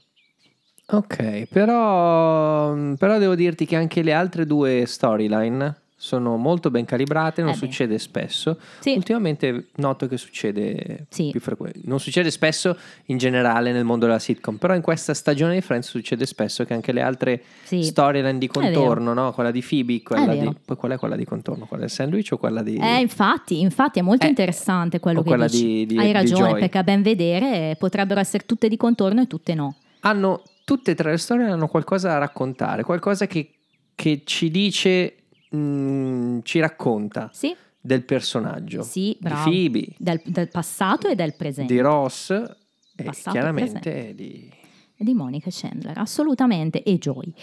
Ok, però devo dirti che anche le altre due storyline sono molto ben calibrate, non succede spesso. Sì. Ultimamente noto che succede Sì. più frequente. Non succede spesso in generale nel mondo della sitcom, però in questa stagione di Friends succede spesso che anche le altre storyline di contorno, no? Quella di Phoebe, poi qual è quella di contorno? Quella del sandwich o quella di... Infatti è molto interessante quello che dici. Hai ragione, perché a ben vedere potrebbero essere tutte di contorno e tutte no. Tutte e tre le storie hanno qualcosa da raccontare, qualcosa che ci dice... ci racconta del personaggio, bravo. di Phoebe, del passato e del presente, di Ross e passato chiaramente di Monica Chandler, assolutamente, e Joy.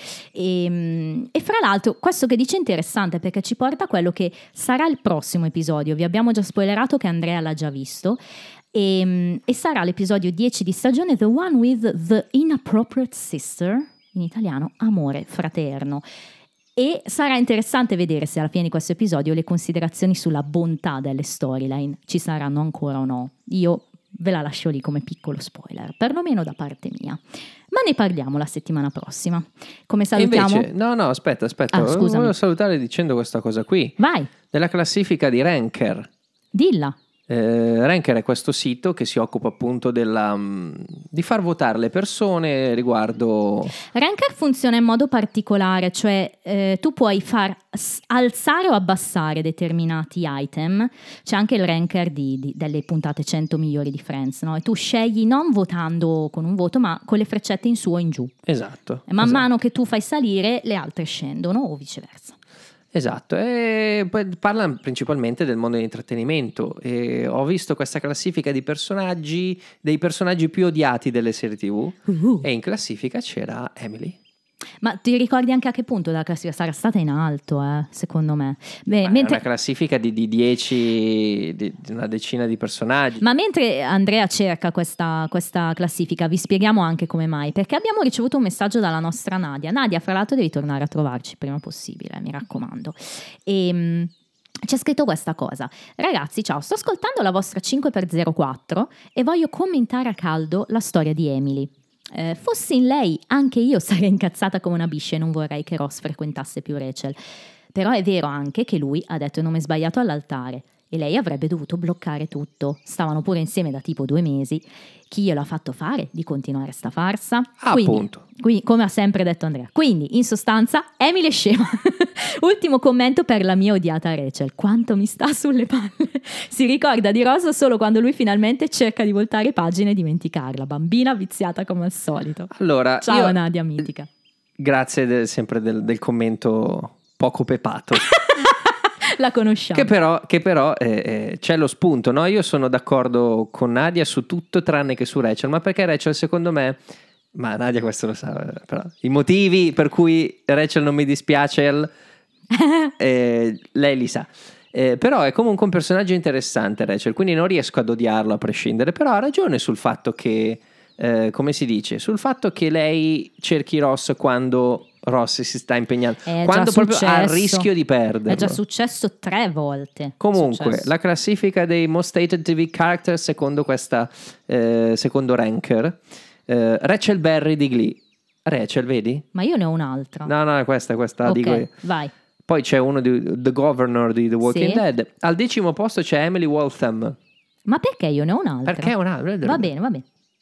E fra l'altro questo che dice è interessante, perché ci porta a quello che sarà il prossimo episodio. Vi abbiamo già spoilerato che Andrea l'ha già visto, e sarà l'episodio 10 di stagione, The One with the Inappropriate Sister, in italiano amore fraterno. E sarà interessante vedere se alla fine di questo episodio le considerazioni sulla bontà delle storyline ci saranno ancora o no. Io ve la lascio lì come piccolo spoiler, perlomeno da parte mia. Ma ne parliamo la settimana prossima. Come salutiamo? Invece, no, aspetta. Scusami. Volevo salutare dicendo questa cosa qui. Vai. Della classifica di Ranker. Dilla. Ranker è questo sito che si occupa appunto di far votare le persone riguardo. Ranker funziona in modo particolare, cioè tu puoi far alzare o abbassare determinati item. C'è anche il ranker delle puntate 100 migliori di Friends, no? E tu scegli non votando con un voto, ma con le freccette in su o in giù. Esatto. E man mano che tu fai salire, le altre scendono o viceversa. Esatto, e poi parla principalmente del mondo dell'intrattenimento, e ho visto questa classifica di personaggi, dei personaggi più odiati delle serie TV, e in classifica c'era Emily. Ma ti ricordi anche a che punto la classifica sarà stata in alto, secondo me? Beh, È una classifica di 10, di una decina di personaggi. Ma mentre Andrea cerca questa classifica, vi spieghiamo anche come mai, perché abbiamo ricevuto un messaggio dalla nostra Nadia. Nadia, fra l'altro devi tornare a trovarci il prima possibile, mi raccomando. E c'è scritto questa cosa: ragazzi, ciao, sto ascoltando la vostra 5x04 e voglio commentare a caldo la storia di Emily. Fossi in lei, anche io sarei incazzata come una biscia e non vorrei che Ross frequentasse più Rachel. Però è vero anche che lui ha detto il nome sbagliato all'altare e lei avrebbe dovuto bloccare tutto. Stavano pure insieme da tipo 2 mesi. Chi glielo ha fatto fare di continuare sta farsa? Appunto. Quindi, come ha sempre detto Andrea. Quindi, in sostanza, Emily è scema. Ultimo commento per la mia odiata Rachel. Quanto mi sta sulle palle. Si ricorda di Ross solo quando lui finalmente cerca di voltare pagina e dimenticarla. Bambina viziata come al solito. Allora, ciao Nadia, mitica. Grazie sempre del commento poco pepato. La conosciamo. Che però c'è lo spunto, no? Io sono d'accordo con Nadia su tutto tranne che su Rachel, ma perché Rachel secondo me, ma Nadia questo lo sa, però i motivi per cui Rachel non mi dispiace lei li sa. Però è comunque un personaggio interessante Rachel, quindi non riesco ad odiarlo a prescindere, però ha ragione sul fatto che come si dice, sul fatto che lei cerchi Ross quando Ross si sta impegnando, quando proprio ha il rischio di perderlo. È già successo 3 volte. Comunque la classifica dei most hated TV character secondo questa secondo Ranker, Rachel Berry di Glee. Rachel, vedi? Ma io ne ho un'altra. No, questa okay, dico io. Vai. Poi c'è uno di The Governor di The Walking Dead. Al 10° posto c'è Emily Waltham. Ma perché io ne ho un'altra? Perché un'altra? Va bene.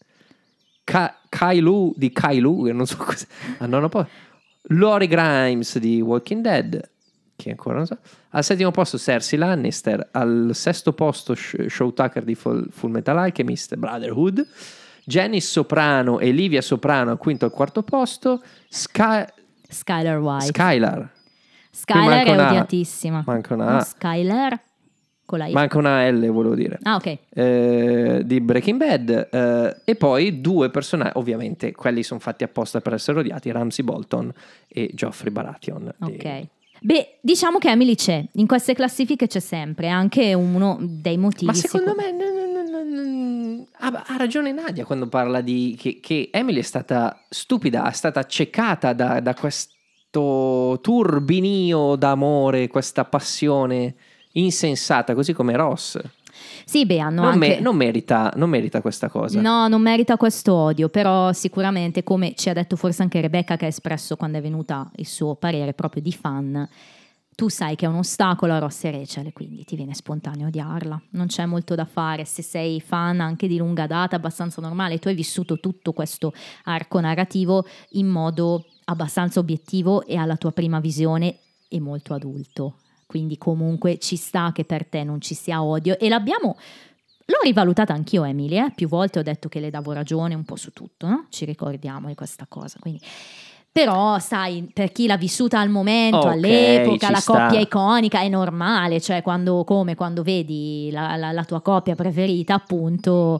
Kailu di Kailu, che non so cosa. Non può. Lori Grimes di Walking Dead, che ancora non so. Al 7° posto Cersei Lannister. Al 6° posto Shaw Tucker di Full Metal Alchemist Brotherhood. Janice Soprano e Livia Soprano al 5° e al 4° posto. Skylar White. Skylar è odiatissima. Manca una A. Skylar con la I. Manca una L, volevo dire. Ah, ok. Di Breaking Bad. E poi 2 personaggi, ovviamente quelli sono fatti apposta per essere odiati: Ramsay Bolton e Joffrey Baratheon. Ok. Beh, diciamo che Emily c'è. In queste classifiche c'è sempre, anche uno dei motivi. Ma secondo me ha ragione Nadia quando parla di che Emily è stata stupida, è stata accecata da questo turbinio d'amore, questa passione insensata, così come Ross. Sì, beh, non merita questa cosa. No, non merita questo odio, però sicuramente, come ci ha detto forse anche Rebecca, che ha espresso quando è venuta il suo parere proprio di fan, tu sai che è un ostacolo a Ross e Rachel, quindi ti viene spontaneo odiarla. Non c'è molto da fare, se sei fan anche di lunga data, abbastanza normale. Tu hai vissuto tutto questo arco narrativo in modo abbastanza obiettivo e alla tua prima visione e molto adulto. Quindi comunque ci sta che per te non ci sia odio, e l'ho rivalutata anch'io Emily, più volte ho detto che le davo ragione un po' su tutto, no? Ci ricordiamo di questa cosa, quindi. Però sai, per chi l'ha vissuta al momento, all'epoca, la coppia iconica, è normale, cioè quando vedi la tua coppia preferita, appunto.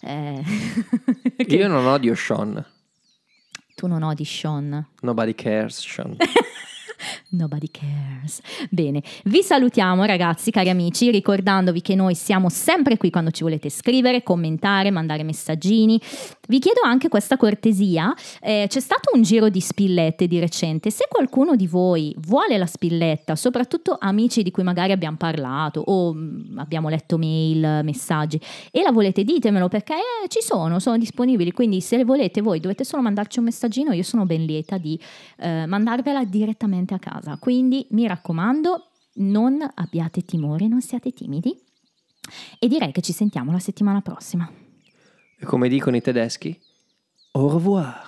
Io non odio Sean. Tu non odi Sean? Nobody cares, Sean. Nobody cares. Bene, vi salutiamo ragazzi, cari amici, ricordandovi che noi siamo sempre qui quando ci volete scrivere, commentare, mandare messaggini. Vi chiedo anche questa cortesia, c'è stato un giro di spillette di recente. Se qualcuno di voi vuole la spilletta, soprattutto amici di cui magari abbiamo parlato o abbiamo letto mail, messaggi, e la volete, ditemelo, perché ci sono disponibili, quindi se le volete voi dovete solo mandarci un messaggino, io sono ben lieta di mandarvela direttamente a casa. Quindi mi raccomando, non abbiate timore, non siate timidi. E direi che ci sentiamo la settimana prossima. E come dicono i tedeschi, au revoir.